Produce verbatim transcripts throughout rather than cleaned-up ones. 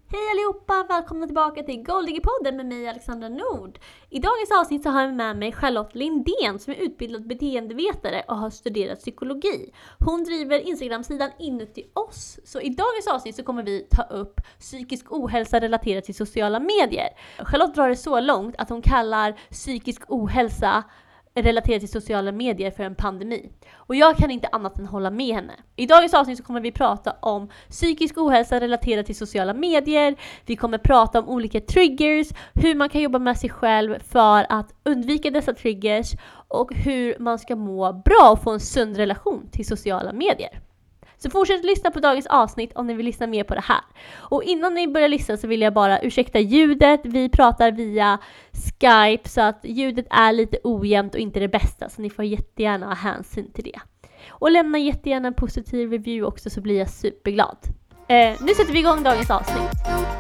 Hej allihopa! Välkomna tillbaka till Goldige-podden med mig Alexandra Nord. I dagens avsnitt så har jag med mig Charlotte Lindén som är utbildad beteendevetare och har studerat psykologi. Hon driver Instagram-sidan Inuti oss. Så i dagens avsnitt så kommer vi ta upp psykisk ohälsa relaterat till sociala medier. Charlotte drar det så långt att hon kallar psykisk ohälsa relaterat till sociala medier för en pandemi. Och jag kan inte annat än hålla med henne. I dagens avsnitt så kommer vi prata om psykisk ohälsa relaterat till sociala medier. Vi kommer prata om olika triggers, hur man kan jobba med sig själv för att undvika dessa triggers och hur man ska må bra och få en sund relation till sociala medier. Så fortsätt lyssna på dagens avsnitt om ni vill lyssna mer på det här. Och innan ni börjar lyssna så vill jag bara ursäkta ljudet. Vi pratar via Skype så att ljudet är lite ojämnt och inte det bästa. Så ni får jättegärna ha hänsyn till det. Och lämna jättegärna en positiv review också så blir jag superglad. Eh, nu sätter vi igång dagens avsnitt.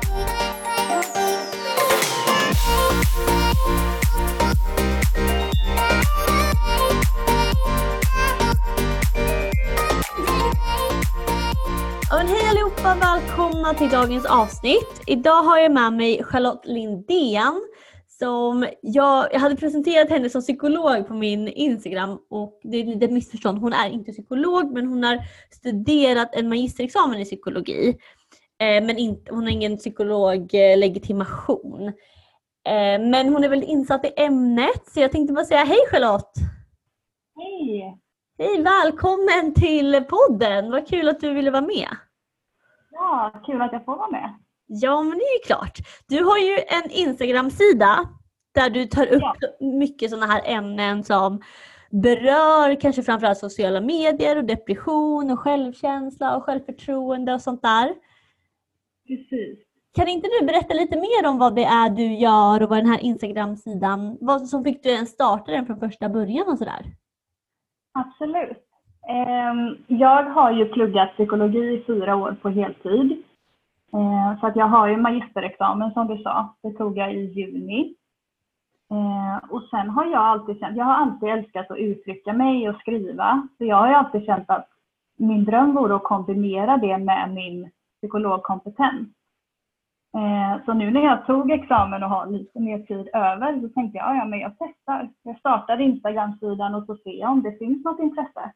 Ja, men hej allihopa, välkomna till dagens avsnitt. Idag har jag med mig Charlotte Lindén. Som jag, jag hade presenterat henne som psykolog på min Instagram och det är lite missförstånd. Hon är inte psykolog men hon har studerat en magisterexamen i psykologi. Eh, men inte, hon har ingen psykologlegitimation. Eh, men hon är väldigt insatt i ämnet så jag tänkte bara säga hej Charlotte. Hej! Hej, välkommen till podden. Vad kul att du ville vara med. Ja, kul att jag får vara med. Ja, men det är ju klart. Du har ju en Instagram-sida där du tar upp ja. mycket sådana här ämnen som berör kanske framförallt sociala medier och depression och självkänsla och självförtroende och sånt där. Precis. Kan inte du berätta lite mer om vad det är du gör och vad den här Instagram-sidan, vad som fick du ens starta den från första början och sådär? Absolut. Jag har ju pluggat psykologi i fyra år på heltid. Så att jag har ju magisterexamen som du sa. Det tog jag i juni. Och sen har jag alltid känt, jag har alltid älskat att uttrycka mig och skriva. Så jag har ju alltid känt att min dröm vore att kombinera det med min psykologkompetens. Så nu när jag tog examen och har lite mer tid över så tänkte jag, ja men jag testar. Jag startar Instagram-sidan och så ser jag om det finns något intresse.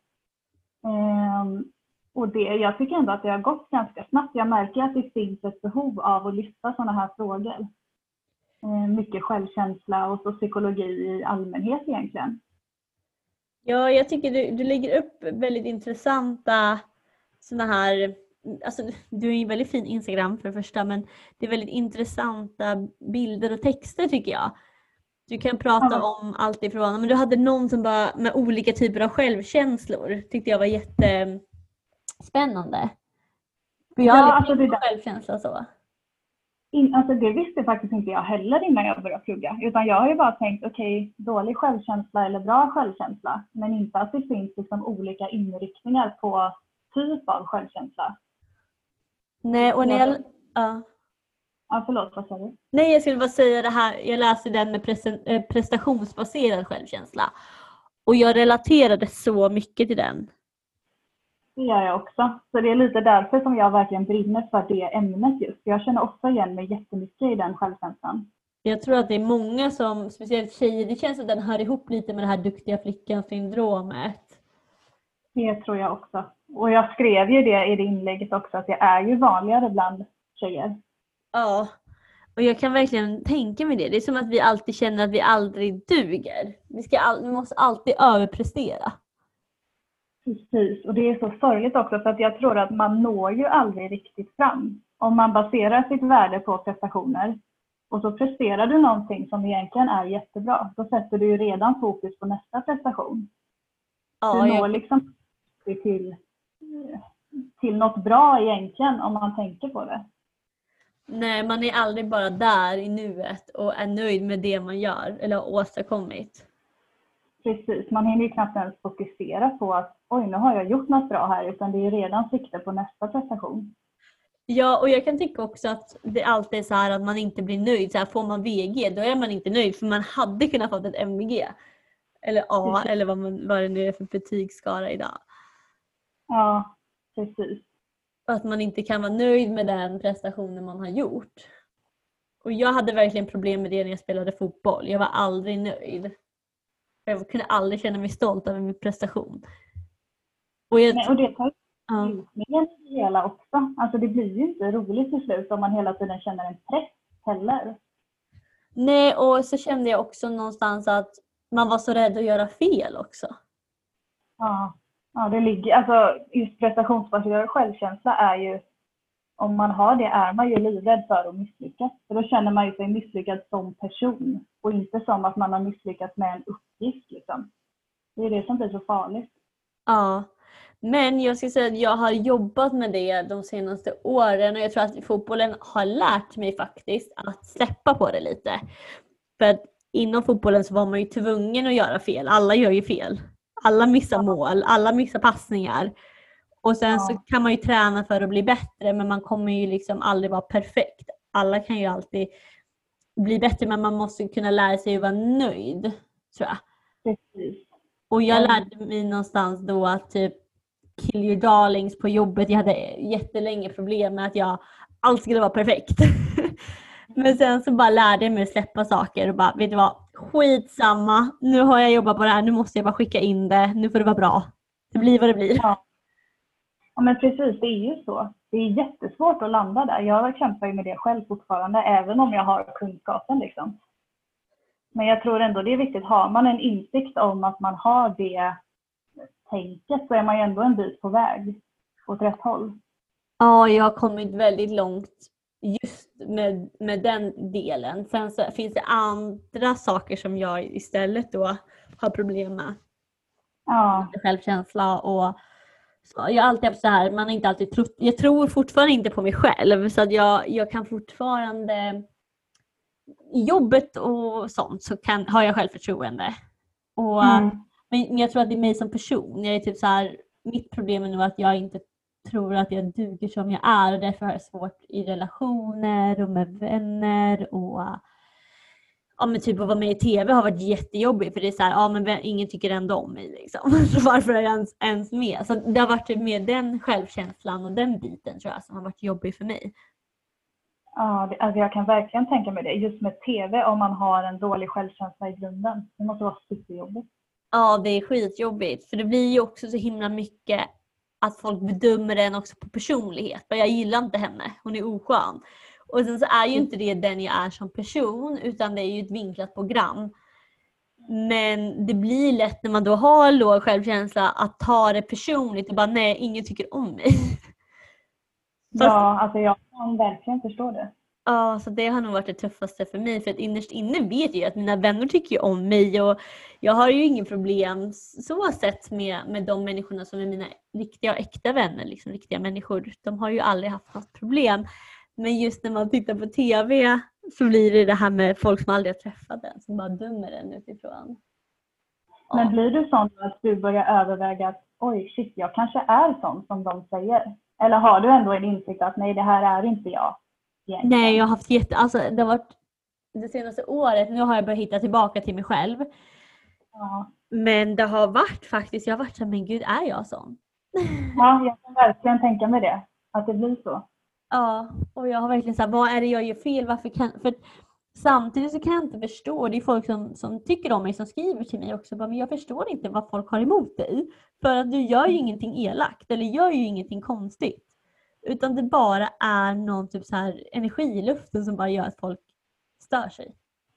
Och det, jag tycker ändå att det har gått ganska snabbt. Jag märker att det finns ett behov av att lyfta sådana här frågor. Mycket självkänsla och så psykologi i allmänhet egentligen. Ja, jag tycker du, du lägger upp väldigt intressanta sådana här, alltså du är ju en väldigt fin Instagram för det första, men det är väldigt intressanta bilder och texter tycker jag. Du kan prata mm. om allt ifrån, men du hade någon som bara med olika typer av självkänslor, tyckte jag var jättespännande. För jag har ja, aldrig alltså tänkt på självkänsla så. In, alltså det visste faktiskt inte jag heller innan jag började plugga. Utan jag har ju bara tänkt, okej, okay, dålig självkänsla eller bra självkänsla. Men inte att det finns liksom olika inriktningar på typ av självkänsla. Nej, och när jag... Ja. Ja, förlåt, vad sa du? Nej, jag skulle bara säga det här. Jag läste den med prestationsbaserad självkänsla. Och jag relaterade så mycket till den. Det gör jag också. Så det är lite därför som jag verkligen brinner för det ämnet just. Jag känner också igen mig jättemycket i den självkänslan. Jag tror att det är många som, speciellt tjejer, det känns att den hör ihop lite med det här duktiga flickan-syndromet. Det tror jag också. Och jag skrev ju det i det inlägget också, att det är ju vanligare bland tjejer. Ja, och jag kan verkligen tänka mig det. Det är som att vi alltid känner att vi aldrig duger. Vi, ska all, vi måste alltid överprestera. Precis, och det är så sorgligt också för att jag tror att man når ju aldrig riktigt fram. Om man baserar sitt värde på prestationer och så presterar du någonting som egentligen är jättebra, då sätter du ju redan fokus på nästa prestation. Ja, du når jag... liksom till, till något bra egentligen om man tänker på det. Nej, man är aldrig bara där i nuet och är nöjd med det man gör eller har åstadkommit. Precis, man hinner ju knappt ens fokusera på att oj, nu har jag gjort något bra här, utan det är redan sikte på nästa prestation. Ja, och jag kan tycka också att det alltid är så här att man inte blir nöjd. Så här, får man V G, då är man inte nöjd för man hade kunnat få ett M V G. Eller A, precis. Eller vad, man, vad det nu är för betygsskala idag. Ja, precis. att man inte kan vara nöjd med den prestationen man har gjort. Och jag hade verkligen problem med det när jag spelade fotboll. Jag var aldrig nöjd. Jag kunde aldrig känna mig stolt över min prestation. Och, jag... Nej, och det tar ja. njutningen i det hela också. Alltså det blir ju inte roligt till slut om man hela tiden känner en press heller. Nej, och så kände jag också någonstans att man var så rädd att göra fel också. Ja, ja det ligger, alltså just prestationsbaserad självkänsla är ju, om man har det är man ju livrädd för att misslyckas. För då känner man ju sig misslyckad som person och inte som att man har misslyckats med en uppgift liksom. Det är det som blir så farligt. Ja, men jag ska säga att jag har jobbat med det de senaste åren och jag tror att fotbollen har lärt mig faktiskt att släppa på det lite. För att inom fotbollen så var man ju tvungen att göra fel. Alla gör ju fel. Alla missar mål, alla missar passningar. Och sen ja. så kan man ju träna för att bli bättre, men man kommer ju liksom aldrig vara perfekt. Alla kan ju alltid bli bättre, men man måste kunna lära sig att vara nöjd, tror jag. Precis. Och jag lärde mig någonstans då att typ kill your darlings på jobbet. Jag hade jättelänge problem med att jag allt skulle vara perfekt. Men sen så bara lärde jag mig att släppa saker och bara, vet du vad, skitsamma. Nu har jag jobbat på det här, nu måste jag bara skicka in det. Nu får det vara bra. Det blir vad det blir. Ja, ja men precis, det är ju så. Det är jättesvårt att landa där. Jag kämpar ju med det själv fortfarande, även om jag har kunskapen liksom. Men jag tror ändå det är viktigt, har man en insikt om att man har det tänket så är man ju ändå en bit på väg åt rätt håll. Ja, jag har kommit väldigt långt just med, med den delen. Sen så finns det andra saker som jag istället då har problem med. Ja. Självkänsla och så. Jag har alltid haft så här, man har inte alltid trott, jag tror fortfarande inte på mig själv så att jag, jag kan fortfarande i jobbet och sånt så kan, har jag självförtroende. Och, mm. Men jag tror att det är mig som person. Jag är typ så här, mitt problem är nog att jag inte tror att jag duger som jag är och därför har jag svårt i relationer och med vänner och ja men typ att vara med i tv har varit jättejobbigt för det är så här, ja men ingen tycker ändå om mig liksom. Så varför är jag ens, ens med? Så det har varit typ med den självkänslan och den biten tror jag som har varit jobbig för mig. Ja, det, alltså jag kan verkligen tänka mig det. Just med tv om man har en dålig självkänsla i grunden. Det måste vara superjobbigt. Ja, det är skitjobbigt. För det blir ju också så himla mycket att folk bedömer den också på personlighet. För jag gillar inte henne. Hon är oskön. Och sen så är ju inte det den jag är som person. Utan det är ju ett vinklat program. Men det blir lätt när man då har låg självkänsla att ta det personligt. Och bara nej, ingen tycker om mig. Fast, ja, alltså jag kan verkligen förstå det. Ja, så det har nog varit det tuffaste för mig. För att innerst inne vet jag att mina vänner tycker ju om mig. Och jag har ju ingen problem så sett med, med de människorna som är mina riktiga och äkta vänner. Liksom riktiga människor. De har ju aldrig haft något problem. Men just när man tittar på tv så blir det det här med folk som aldrig har träffat den. Som bara dömer den utifrån. Ja. Men blir du sån att du börjar överväga att oj shit, jag kanske är sån som de säger? Eller har du ändå en insikt att nej, det här är inte jag? Egentligen? Nej, jag har haft jätte... Alltså, det har varit det senaste året. Nu har jag börjat hitta tillbaka till mig själv. Ja. Men det har varit faktiskt... Jag har varit så men gud, är jag sån? Ja, jag kan verkligen tänka mig det. Att det blir så. Ja, och jag har verkligen sagt, vad är det jag gör fel? Varför kan... För samtidigt så kan jag inte förstå. Det är folk som, som tycker om mig som skriver till mig också. Men jag förstår inte vad folk har emot dig. För att du gör ju ingenting elakt. Eller gör ju ingenting konstigt. Utan det bara är någon typ så här energi i luften som bara gör att folk stör sig.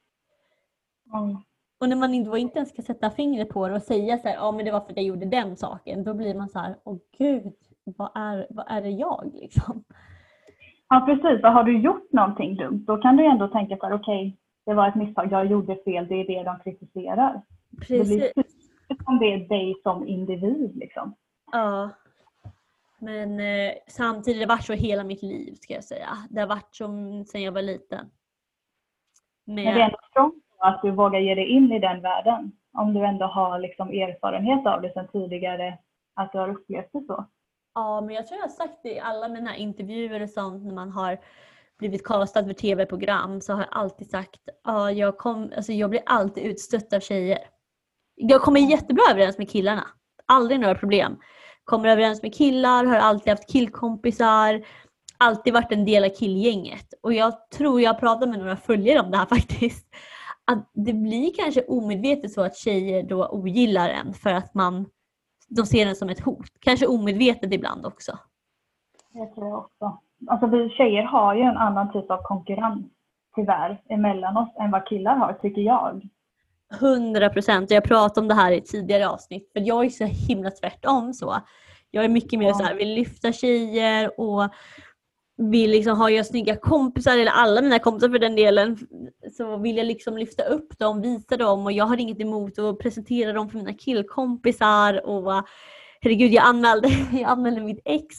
Mm. Och när man då inte ens ska sätta fingret på det och säga så här, ja men det var för att jag gjorde den saken. Då blir man så här, åh gud, vad är, vad är det jag liksom? Ja precis, och har du gjort någonting dumt då kan du ändå tänka så här, okej, okay, det var ett misstag, jag gjorde fel, det är det de kritiserar. Precis. Det blir som det är dig som individ liksom. Ja. Men eh, samtidigt har det varit så hela mitt liv ska jag säga. Det har varit som sen jag var liten. Men, Men det är ändå strångt att du vågar ge dig in i den världen. Om du ändå har liksom erfarenhet av det sedan tidigare. Att du har upplevt det så. Ja, men jag tror jag har sagt det i alla mina intervjuer och sånt. När man har blivit castad för tv-program. Så har jag alltid sagt. Ja, jag, kom, alltså jag blir alltid utstött av tjejer. Jag kommer jättebra överens med killarna. Aldrig några problem. kommer överens med killar, har alltid haft killkompisar, alltid varit en del av killgänget. Och jag tror jag pratar med några följare om det här faktiskt. Att det blir kanske omedvetet så att tjejer då ogillar en för att man, de ser den som ett hot. Kanske omedvetet ibland också. Det tror jag också. Alltså vi tjejer har ju en annan typ av konkurrens tyvärr emellan oss än vad killar har, tycker jag. Hundra procent. Jag pratade om det här i ett tidigare avsnitt. För jag är så himla tvärtom så. Jag är mycket mer Ja. så här, vill lyfta tjejer och vill liksom, har jag snygga kompisar eller alla mina kompisar för den delen, så vill jag liksom lyfta upp dem, visa dem, och jag har inget emot att presentera dem för mina killkompisar. Och herregud, jag anmälde, jag anmälde mitt ex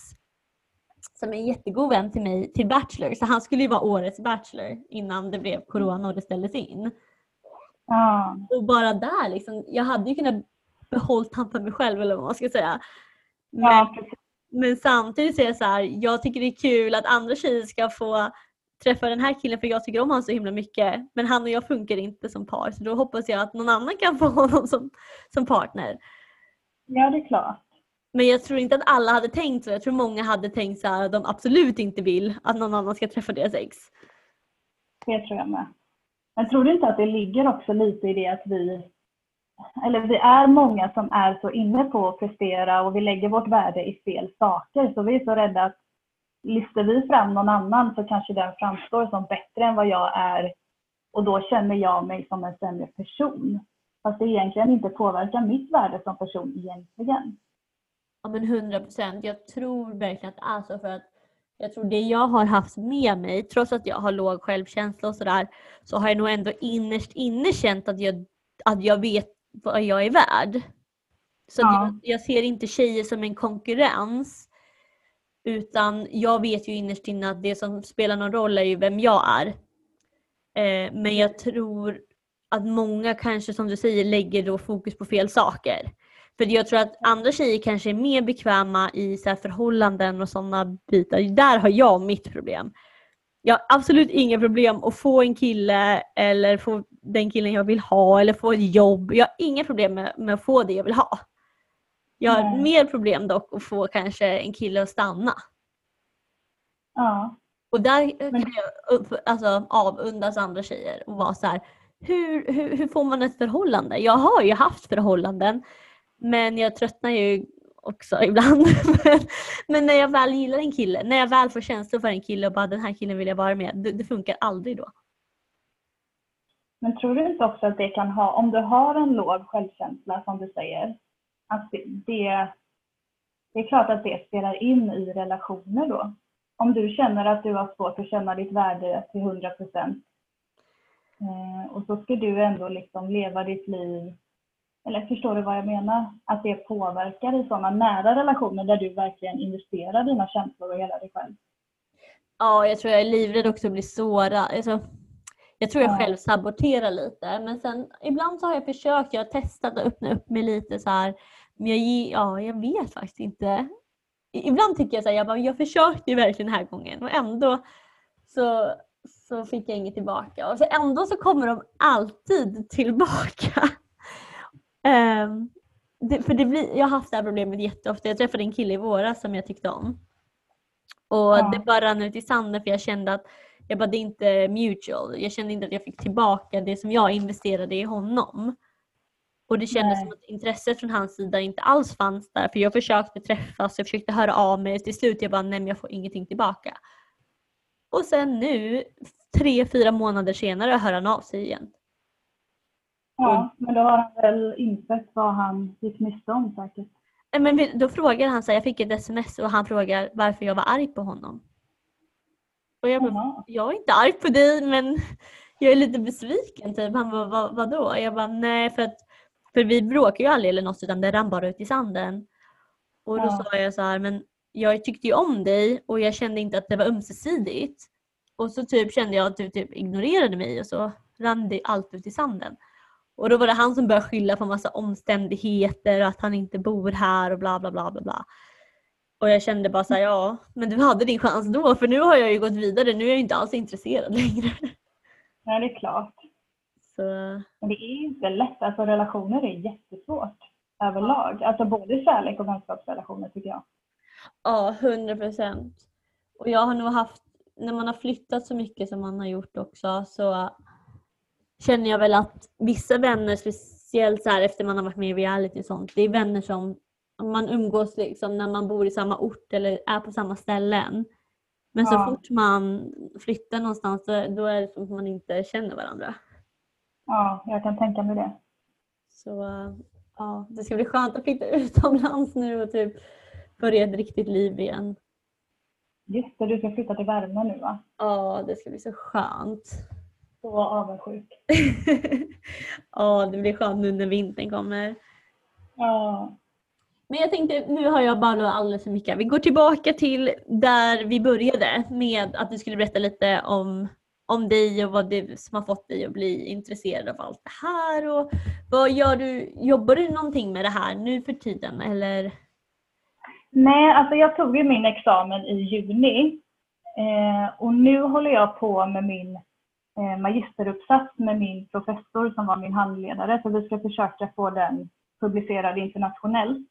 som är en jättegod vän till mig till Bachelor, så han skulle ju vara årets Bachelor innan det blev corona och det ställdes in. Ja. Och bara där liksom, jag hade ju kunnat behållit han för mig själv eller vad man ska säga. Men, Ja, precis. men samtidigt så är jag så här, jag tycker det är kul att andra tjejer ska få träffa den här killen för jag tycker om honom så himla mycket. Men han och jag funkar inte som par, så då hoppas jag att någon annan kan få honom som, som partner. Ja, det är klart. Men jag tror inte att alla hade tänkt så. Jag tror många hade tänkt så här att de absolut inte vill att någon annan ska träffa deras ex. Det tror jag med. Men tror du inte att det ligger också lite i det att vi, eller vi är många som är så inne på att prestera och vi lägger vårt värde i fel saker. Så vi är så rädda att lyfter vi fram någon annan så kanske den framstår som bättre än vad jag är. Och då känner jag mig som en sämre person. Fast det egentligen inte påverkar mitt värde som person egentligen. Ja men hundra procent. Jag tror verkligen att alltså för att jag tror det jag har haft med mig, trots att jag har låg självkänsla och sådär, så har jag nog ändå innerst inne känt att jag, att jag vet vad jag är värd. Så Ja. att jag, jag ser inte tjejer som en konkurrens, utan jag vet ju innerst inne att det som spelar någon roll är ju vem jag är. Eh, men jag tror att många kanske, som du säger, lägger då fokus på fel saker. För jag tror att andra tjejer kanske är mer bekväma i så här förhållanden och sådana bitar. Där har jag mitt problem. Jag har absolut inga problem att få en kille eller få den killen jag vill ha eller få ett jobb. Jag har inga problem med, med att få det jag vill ha. Jag har Nej. mer problem dock att få kanske en kille att stanna. Ja. Och där kan jag upp, alltså, avundas andra tjejer och vara så här, hur, hur, hur får man ett förhållande? Jag har ju haft förhållanden, men jag tröttnar ju också ibland. men, men när jag väl gillar en kille, när jag väl får känslor för en kille och bara den här killen vill jag vara med, det, det funkar aldrig då. Men tror du inte också att det kan ha, om du har en låg självkänsla som du säger, att det, det, det är klart att det spelar in i relationer då? Om du känner att du har svårt att känna ditt värde till hundra procent eh, och så ska du ändå liksom leva ditt liv, eller förstår du vad jag menar? Att det påverkar i sådana nära relationer där du verkligen investerar dina känslor och hela dig själv. Ja, jag tror jag är livrädd också att bli sårad. Alltså, jag tror jag Ja. själv saboterar lite. Men sen ibland så har jag försökt, jag har testat att öppna upp mig lite så här. Men jag, ge- ja, jag vet faktiskt inte. I- Ibland tycker jag så här, jag, bara, jag försökte ju verkligen den här gången. Och ändå så, så fick jag inget tillbaka. Och så ändå så kommer de alltid tillbaka. Ehm, det, för det blir, jag har haft det här problemet jätteofta. Jag träffade en kille i våras som jag tyckte om. Och Ja. det bara rann ut i sanden för jag kände att jag bara, det är inte mutual. Jag kände inte att jag fick tillbaka det som jag investerade i honom. Och det kändes Nej. som att intresset från hans sida inte alls fanns där. För jag försökte träffas, jag försökte höra av mig. Till slut jag bara, nej men jag får ingenting tillbaka. Och sen nu, tre, fyra månader senare, hör han av sig igen. Ja, men då har han väl insett vad han gick miste om säkert. Eh, Men vi- då frågar han så här, jag fick ett sms och han frågar varför jag var arg på honom. Och jag bara, Jaha. jag är inte arg på dig men jag är lite besviken typ. Han bara, vad, vadå? Jag bara, nej för att för vi bråkar ju aldrig eller något utan det rann bara ut i sanden. Och då Ja. sa jag så här, men jag tyckte ju om dig och jag kände inte att det var ömsesidigt. Och så typ kände jag att du typ ignorerade mig och så rann det allt ut i sanden. Och då var det han som började skylla på massa omständigheter och att han inte bor här och bla bla bla bla bla. Och jag kände bara så här, ja, men du hade din chans då för nu har jag ju gått vidare, nu är jag inte alls intresserad längre. Nej, det är klart. Så Men det är inte lätt. Alltså relationer är jättesvårt. överlag. Alltså både kärlek och vänskapsrelationer tycker jag. Ja, hundra procent. Och jag har nog haft, när man har flyttat så mycket som man har gjort också, så känner jag väl att vissa vänner, speciellt så här efter man har varit med i reality och sånt, det är vänner som man umgås liksom när man bor i samma ort eller är på samma ställen. Men Ja. så fort man flyttar någonstans, då, då är det som att man inte känner varandra. Ja, jag kan tänka mig det. Så ja, det ska bli skönt att flytta utomlands nu och typ börja ett riktigt liv igen. Just det, du ska flytta till värme nu va? Ja, det ska bli så skönt. Så avundsjuk. Ja, det blir skönt nu när vintern kommer. Ja. Men jag tänkte, nu har jag bara alldeles för mycket. Vi går tillbaka till där vi började med att du skulle berätta lite om, om dig och vad det som har fått dig att bli intresserad av allt det här. Och vad gör du? Jobbar du någonting med det här nu för tiden eller? Nej, alltså jag tog ju min examen i juni. Eh, och nu håller jag på med min eh, magisteruppsats med min professor som var min handledare. Så vi ska försöka få den publicerad internationellt.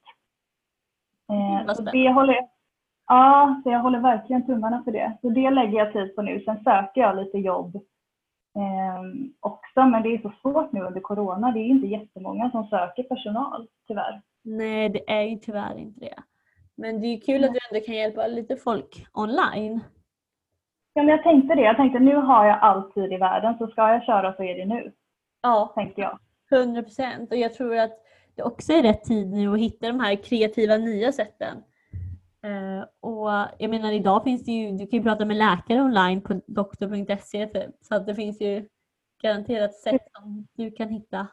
Eh, så det håller jag, ja, så jag håller verkligen tummarna för det. Så det lägger jag tid på nu. Sen söker jag lite jobb eh, också. Men det är så svårt nu under corona. Det är inte jättemånga som söker personal, tyvärr. Nej, det är ju tyvärr inte det. Men det är kul att du ändå kan hjälpa lite folk online. Ja, men jag tänkte det. Jag tänkte nu har jag all tid i världen, så ska jag köra så är det nu. Ja, tänkte jag. hundra procent. Och jag tror att det också är rätt tid nu att hitta de här kreativa nya sätten. Uh, och jag menar idag finns det ju, du kan ju prata med läkare online på doktor punkt se typ. Så att det finns ju garanterat sätt som du kan hitta.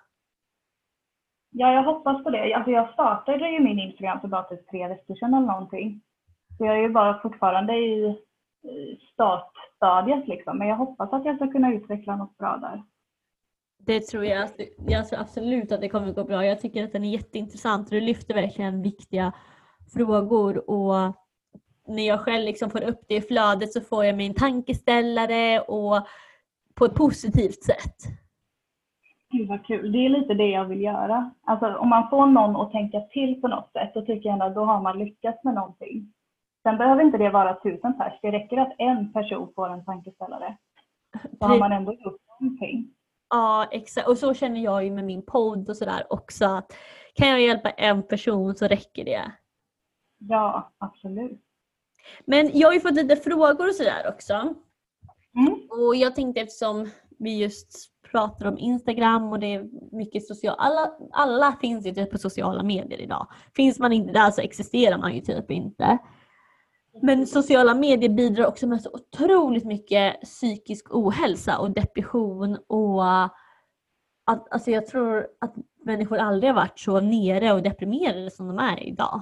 Ja, jag hoppas på det. Alltså jag startade ju min Instagram för bara typ tre veckor sedan eller någonting. Så jag är ju bara fortfarande i startstadiet liksom. Men jag hoppas att jag ska kunna utveckla något bra där. Det tror jag. Jag tror absolut att det kommer gå bra. Jag tycker att den är jätteintressant. Du lyfter verkligen viktiga frågor. Och när jag själv liksom får upp det i flödet så får jag min tankeställare och på ett positivt sätt. Gud vad kul. Det är lite det jag vill göra. Alltså om man får någon att tänka till på något sätt, så tycker jag att då har man lyckats med någonting. Sen behöver inte det vara tusen pers. Det räcker att en person får en tankeställare. Så har man ändå gjort någonting. Ja, exakt. Och så känner jag ju med min podd och sådär också. Att kan jag hjälpa en person så räcker det. Ja, absolut. Men jag har ju fått lite frågor och sådär också. Mm. Och jag tänkte, eftersom vi just pratar om Instagram och det är mycket social... Alla, alla finns ju typ på sociala medier idag. Finns man inte där så existerar man ju typ inte. Men sociala medier bidrar också med så otroligt mycket psykisk ohälsa och depression. Och att, alltså jag tror att människor aldrig har varit så nere och deprimerade som de är idag.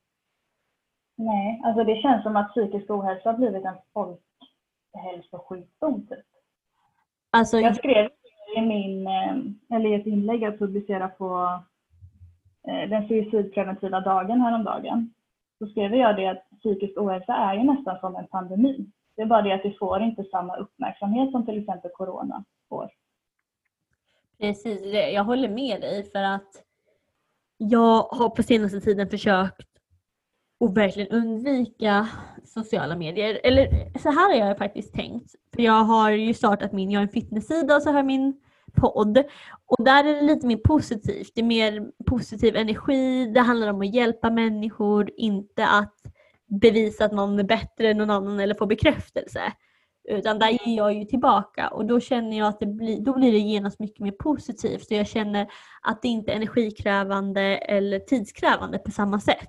Nej, alltså det känns som att psykisk ohälsa har blivit en folkhälsosjukdom typ. Alltså, jag skrev i min, eller i ett inlägg jag publicerade på den suicidpreventiva dagen häromdagen. Så skrev jag det att psykisk ohälsa är ju nästan som en pandemi. Det är bara det att det får inte samma uppmärksamhet som till exempel corona får. Precis, jag håller med dig, för att jag har på senaste tiden försökt att verkligen undvika sociala medier. Eller så här har jag faktiskt tänkt. För jag har ju startat min, jag har en fitnesssida och så har jag min podd. Och där är det lite mer positivt. Det är mer positiv energi. Det handlar om att hjälpa människor. Inte att bevisa att någon är bättre än någon annan eller få bekräftelse. Utan där ger jag ju tillbaka. Och då känner jag att det blir, då blir det genast mycket mer positivt. Så jag känner att det inte är energikrävande eller tidskrävande på samma sätt.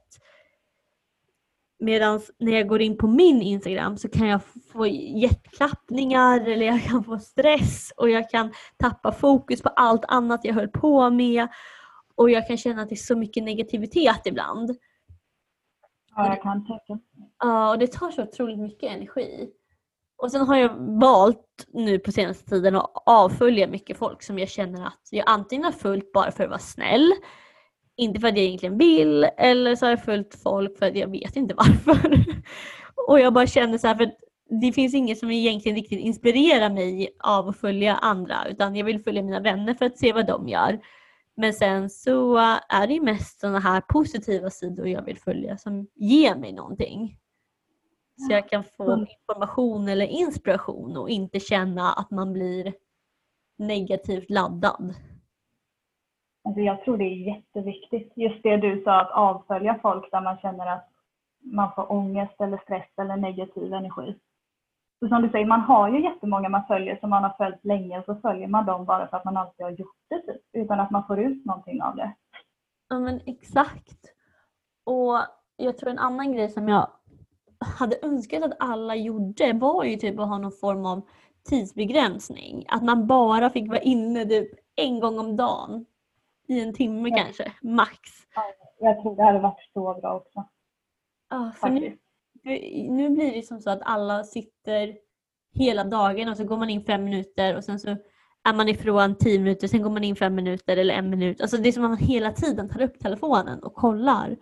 Medan när jag går in på min Instagram så kan jag få hjärtklappningar eller jag kan få stress och jag kan tappa fokus på allt annat jag höll på med. Och jag kan känna att det är så mycket negativitet ibland. Ja, jag kan tänka. Ja, och det tar så otroligt mycket energi. Och sen har jag valt nu på senaste tiden att avfölja mycket folk som jag känner att jag antingen har följt bara för att vara snäll. Inte för att jag egentligen vill, eller så har jag följt folk för att jag vet inte varför. Och jag bara känner så här, för det finns inget som egentligen riktigt inspirerar mig av att följa andra. Utan jag vill följa mina vänner för att se vad de gör. Men sen så är det ju mest sådana här positiva sidor jag vill följa som ger mig någonting. Så jag kan få information eller inspiration och inte känna att man blir negativt laddad. Alltså jag tror det är jätteviktigt. Just det du sa, att avfölja folk där man känner att man får ångest eller stress eller negativ energi. Så som du säger, man har ju jättemånga man följer som man har följt länge, och så följer man dem bara för att man alltid har gjort det typ, utan att man får ut någonting av det. Ja men exakt. Och jag tror en annan grej som jag hade önskat att alla gjorde var ju typ att ha någon form av tidsbegränsning. Att man bara fick vara inne typ en gång om dagen. I en timme ja. Kanske, max. Ja, jag tror det hade varit så bra också. Ja, för nu, nu blir det som så att alla sitter hela dagen och så går man in fem minuter och sen så är man ifrån tio minuter, sen går man in fem minuter eller en minut. Alltså det är som att man hela tiden tar upp telefonen och kollar.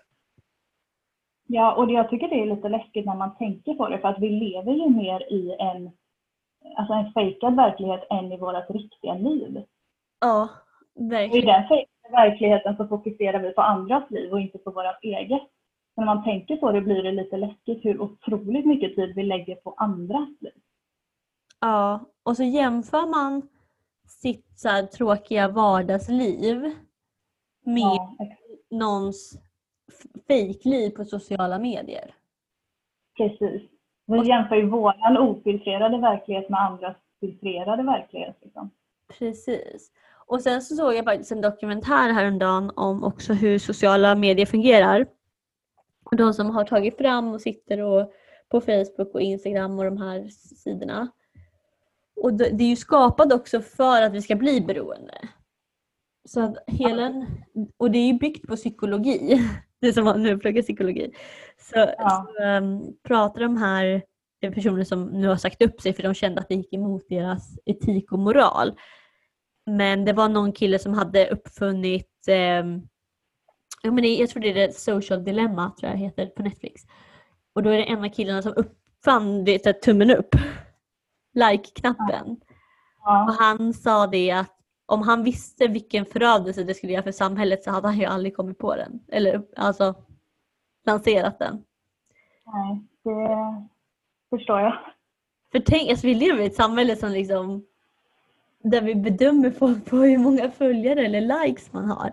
Ja, och jag tycker det är lite läskigt när man tänker på det, för att vi lever ju mer i en, alltså en fejkad verklighet än i vårt riktiga liv. Ja, verkligen. Och i den fejkade verkligheten så fokuserar vi på andras liv och inte på vårt eget. Men när man tänker på det blir det lite läskigt hur otroligt mycket tid vi lägger på andras liv. Ja, och så jämför man sitt så här tråkiga vardagsliv med ja, någons fejkliv på sociala medier. Precis. Vi och jämför ju våran ofiltrerade verklighet med andras filtrerade verklighet. Liksom. Precis. Och sen så såg jag faktiskt en dokumentär häromdagen om också hur sociala medier fungerar. Och de som har tagit fram och sitter och på Facebook och Instagram och de här sidorna. Och det är ju skapat också för att vi ska bli beroende. Så att hela, och det är ju byggt på psykologi. Det som man nu pluggar psykologi. Så, ja. så um, pratar de här personer som nu har sagt upp sig för de kände att det gick emot deras etik och moral. Men det var någon kille som hade uppfunnit um, jag, menar, jag tror det är det Social Dilemma tror jag heter på Netflix. Och då är det en av killarna som uppfann det, tummen upp. Like-knappen. Ja. Och han sa det att om han visste vilken förödelse det skulle göra för samhället så hade han ju aldrig kommit på den. Eller alltså lanserat den. Nej, det förstår jag. För tänk, alltså, vi lever i ett samhälle som liksom där vi bedömer folk på hur många följare eller likes man har.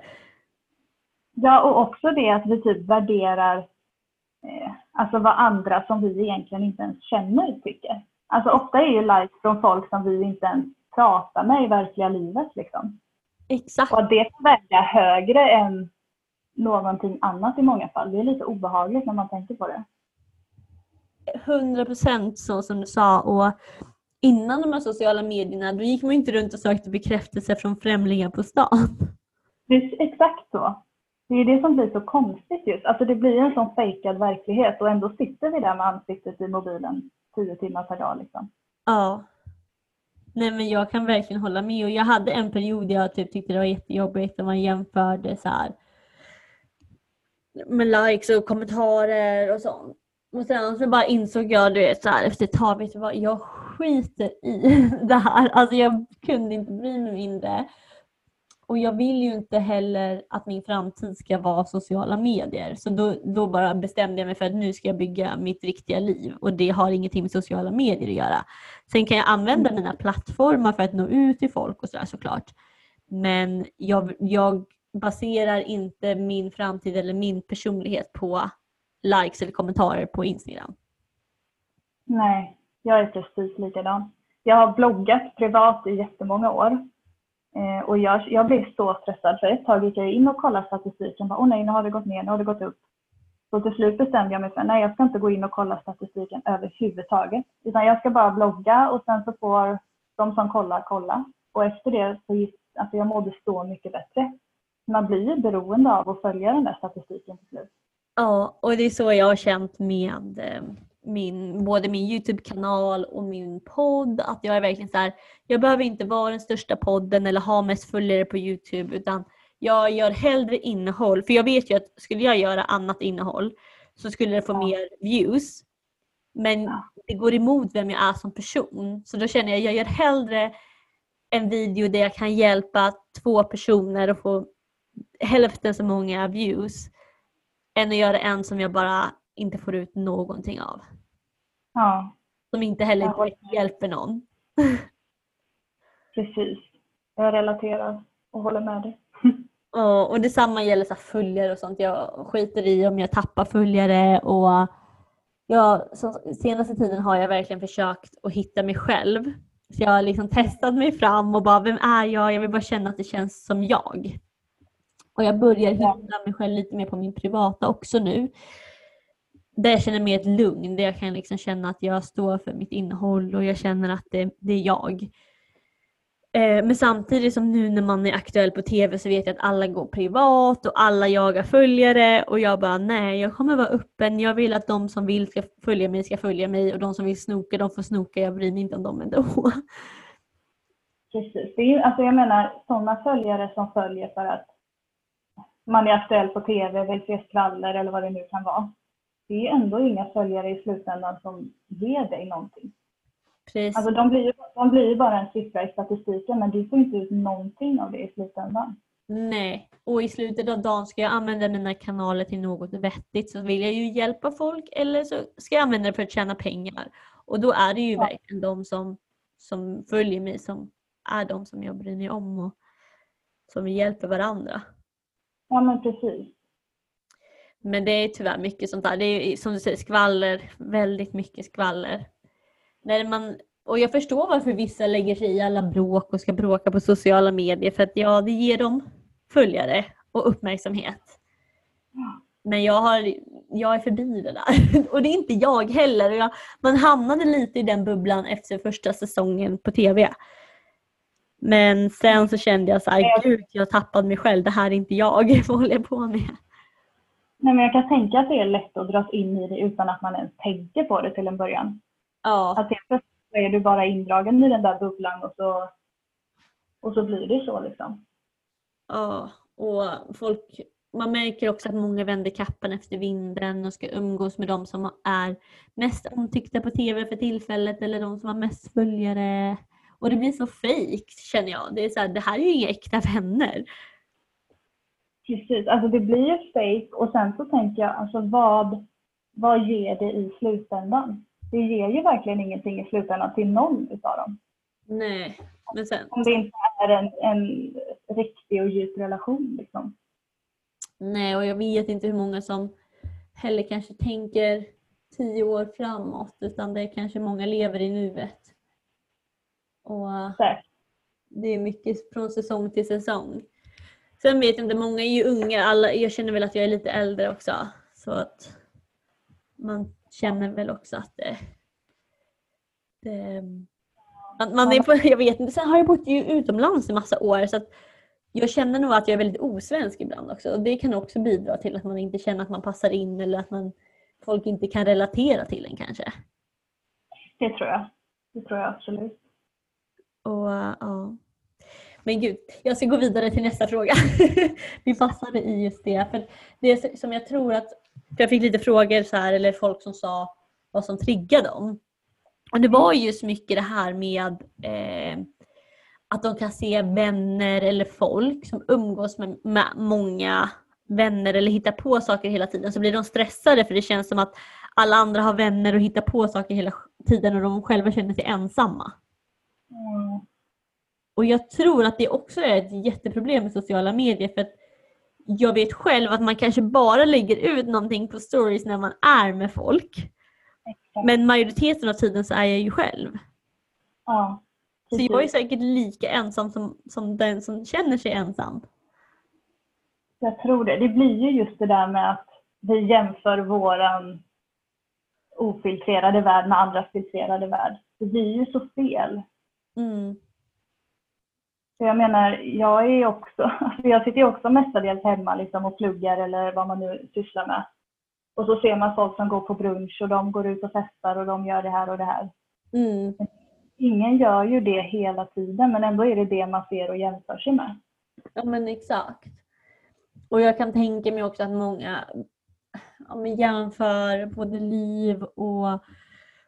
Ja, och också det att vi typ värderar eh, alltså vad andra som vi egentligen inte ens känner tycker. Alltså ofta är ju likes från folk som vi inte ens pratar med i verkliga livet liksom. Exakt. Och det kan välja högre än någonting annat i många fall. Det är lite obehagligt när man tänker på det. hundra procent så som du sa. Och innan de här sociala medierna då gick man inte runt och sökte bekräftelse från främlingar på stan. Det är exakt så. Det är det som blir så konstigt just. Alltså det blir en sån fejkad verklighet och ändå sitter vi där med ansiktet i mobilen tio timmar per dag liksom. Ja. Nej men jag kan verkligen hålla med. Och jag hade en period där jag typ tyckte det var jättejobbigt när man jämförde så här med likes och kommentarer och sånt. Och sen så bara insåg jag det så här efter ett tag, vet du vad, jag skiter i det här. Alltså jag kunde inte bry mig mindre. Och jag vill ju inte heller att min framtid ska vara sociala medier. Så då, då bara bestämde jag mig för att nu ska jag bygga mitt riktiga liv. Och det har ingenting med sociala medier att göra. Sen kan jag använda mina plattformar för att nå ut till folk och sådär såklart. Men jag, jag baserar inte min framtid eller min personlighet på likes eller kommentarer på Instagram. Nej, jag är precis likadan. Jag har bloggat privat i jättemånga år. Eh, och jag, jag blev så stressad för ett tag gick jag in och kollade statistiken. Åh nej, nu har det gått ner, nu har det gått upp. Så till slut bestämde jag mig för nej, jag ska inte gå in och kolla statistiken överhuvudtaget. Utan jag ska bara blogga och sen så får de som kollar kolla. Och efter det så gick alltså jag mådde så mycket bättre. Man blir ju beroende av att följa den där statistiken till slut. Ja, och det är så jag har känt med eh, min, både min YouTube-kanal och min podd. Att jag är verkligen så här, jag behöver inte vara den största podden eller ha mest följare på YouTube. Utan jag gör hellre innehåll. För jag vet ju att skulle jag göra annat innehåll så skulle det få ja. mer views. Men ja. det går emot vem jag är som person. Så då känner jag att jag gör hellre en video där jag kan hjälpa två personer att få hälften så många views än att göra en som jag bara inte får ut någonting av. Ja. Som inte heller Jag håller direkt hjälper någon. Precis. Jag relaterar och håller med dig. Och, och detsamma gäller så här följare och sånt. Jag skiter i om jag tappar följare. Och jag, så, senaste tiden har jag verkligen försökt att hitta mig själv. Så jag har liksom testat mig fram och bara, vem är jag? Jag vill bara känna att det känns som jag. Och jag börjar hitta mig själv lite mer på min privata också nu. Där jag känner mer ett lugn. Där jag kan liksom känna att jag står för mitt innehåll. Och jag känner att det, det är jag. Eh, men samtidigt som nu när man är aktuell på tv så vet jag att alla går privat. Och alla jagar följare. Och jag bara, nej, jag kommer vara öppen. Jag vill att de som vill ska följa mig ska följa mig. Och de som vill snoka, de får snoka. Jag bryr mig inte om dem ändå. Precis. Det är ju, alltså jag menar, sådana följare som följer för att man är aktuell på tv, vill se skvaller eller vad det nu kan vara. Det är ju ändå inga följare i slutändan som ger dig någonting. Precis. Alltså de blir, ju, de blir ju bara en siffra i statistiken, men du får inte ut någonting av det i slutändan. Nej, och i slutet av dagen ska jag använda mina kanaler till något vettigt, så vill jag ju hjälpa folk eller så ska jag använda det för att tjäna pengar. Och då är det ju Ja. verkligen de som, som följer mig som är de som jag bryr mig om och som vi hjälper varandra. Ja, men precis. Men det är tyvärr mycket sånt där. Det är som du säger skvaller, väldigt mycket skvaller. När man, och jag förstår varför vissa lägger sig i alla bråk och ska bråka på sociala medier. För att ja, det ger dem följare och uppmärksamhet. Men jag, har, jag är förbi det där. Och det är inte jag heller. Och jag, man hamnade lite i den bubblan efter första säsongen på tv. Men sen så kände jag så här, gud, jag tappade mig själv. Det här är inte jag. Vad håller jag på med? Nej, men jag kan tänka att det är lätt att dras in i det utan att man ens tänker på det till en början. Ja. Att helt plötsligt är du bara indragen i den där bubblan och så, och så blir det så liksom. Ja, och folk, man märker också att många vänder kappan efter vinden och ska umgås med de som är mest omtyckta på tv för tillfället eller de som har mest följare. Och det blir så fake, känner jag. Det är så här, det här är ju inga äkta vänner. Precis, alltså det blir ju fake och sen så tänker jag, alltså vad, vad ger det i slutändan? Det ger ju verkligen ingenting i slutändan till någon utav dem. Nej, men sen... Om det inte är en, en riktig och djup relation liksom. Nej, och jag vet inte hur många som heller kanske tänker tio år framåt, utan det är kanske många lever i nuet. Och Säkert. det är mycket från säsong till säsong. Sen vet jag inte, många är ju unga, alla, jag känner väl att jag är lite äldre också. Så att man känner väl också att det... det man, man är på, jag vet inte, sen har jag bott ju utomlands i massa år så att jag känner nog att jag är väldigt osvensk ibland också. Och det kan också bidra till att man inte känner att man passar in eller att man, folk inte kan relatera till en kanske. Det tror jag. Det tror jag absolut. Och ja... Men gud, jag ska gå vidare till nästa fråga. Vi passade i just det. För det som jag tror att... För jag fick lite frågor så här, eller folk som sa vad som triggade dem. Och det var just mycket det här med eh, att de kan se vänner eller folk som umgås med, med många vänner eller hittar på saker hela tiden. Så blir de stressade för det känns som att alla andra har vänner och hittar på saker hela tiden och de själva känner sig ensamma. Mm. Och jag tror att det också är ett jätteproblem med sociala medier för att jag vet själv att man kanske bara lägger ut någonting på stories när man är med folk. Exakt. Men majoriteten av tiden så är jag ju själv. Ja, så jag är säkert lika ensam som, som den som känner sig ensam. Jag tror det. Det blir ju just det där med att vi jämför våran ofiltrerade värld med andras filtrerade värld. Det blir ju så fel. Mm. Så jag menar, jag är också, alltså jag sitter ju också mestadels hemma liksom och pluggar eller vad man nu sysslar med. Och så ser man folk som går på brunch och de går ut och festar och de gör det här och det här. Mm. Ingen gör ju det hela tiden, men ändå är det det man ser och jämför sig med. Ja men exakt. Och jag kan tänka mig också att många ja, men jämför både liv och,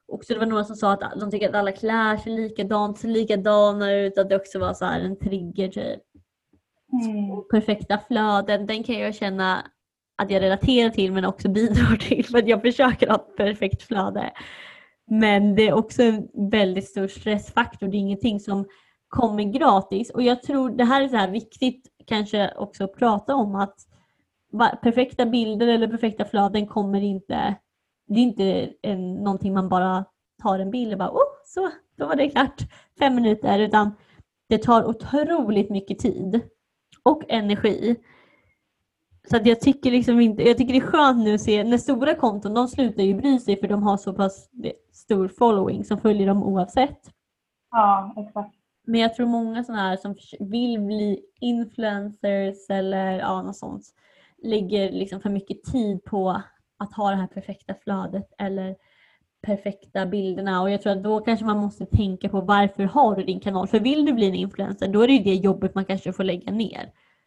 Och så det var några som sa att de tycker att alla klär sig likadant, ser likadana ut, att det också var så här en trigger typ. Mm. Och perfekta flöden, den kan jag känna att jag relaterar till men också bidrar till, för att jag försöker ha ett perfekt flöde. Men det är också en väldigt stor stressfaktor, det är ingenting som kommer gratis. Och jag tror det här är så här viktigt kanske också att prata om, att perfekta bilder eller perfekta flöden kommer inte, det är inte en, någonting man bara tar en bild och bara, oh, så, då var det klart, fem minuter, utan det tar otroligt mycket tid och energi. Så att jag tycker liksom inte, jag tycker det är skönt nu att se, när stora konton, de slutar ju bry sig för de har så pass stor following som följer dem oavsett. Ja, exakt. Men jag tror många sådana här som vill bli influencers eller ja, något sånt, lägger liksom för mycket tid på att ha det här perfekta flödet eller perfekta bilderna. Och jag tror att då kanske man måste tänka på varför har du din kanal. För vill du bli en influencer, då är det ju det jobbet man kanske får lägga ner.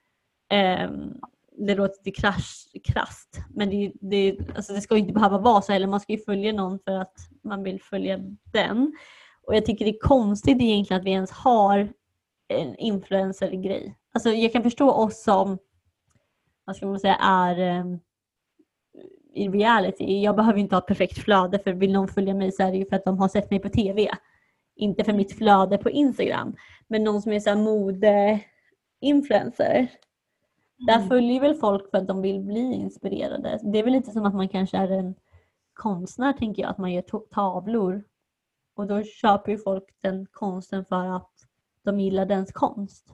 Um, det låter lite krass, krasst, men det, det, alltså det ska ju inte behöva vara så, eller man ska ju följa någon för att man vill följa den. Och jag tycker det är konstigt egentligen att vi ens har en influencer-grej. Alltså jag kan förstå oss som, vad ska man säga, är um, i reality. Jag behöver inte ha ett perfekt flöde, för vill någon följa mig så är det ju för att de har sett mig på tv. Inte för mitt flöde på Instagram. Men någon som är så här mode-influencer, där följer väl folk för att de vill bli inspirerade. Det är väl lite som att man kanske är en konstnär, tänker jag, att man gör tavlor. Och då köper ju folk den konsten för att de gillar dens konst.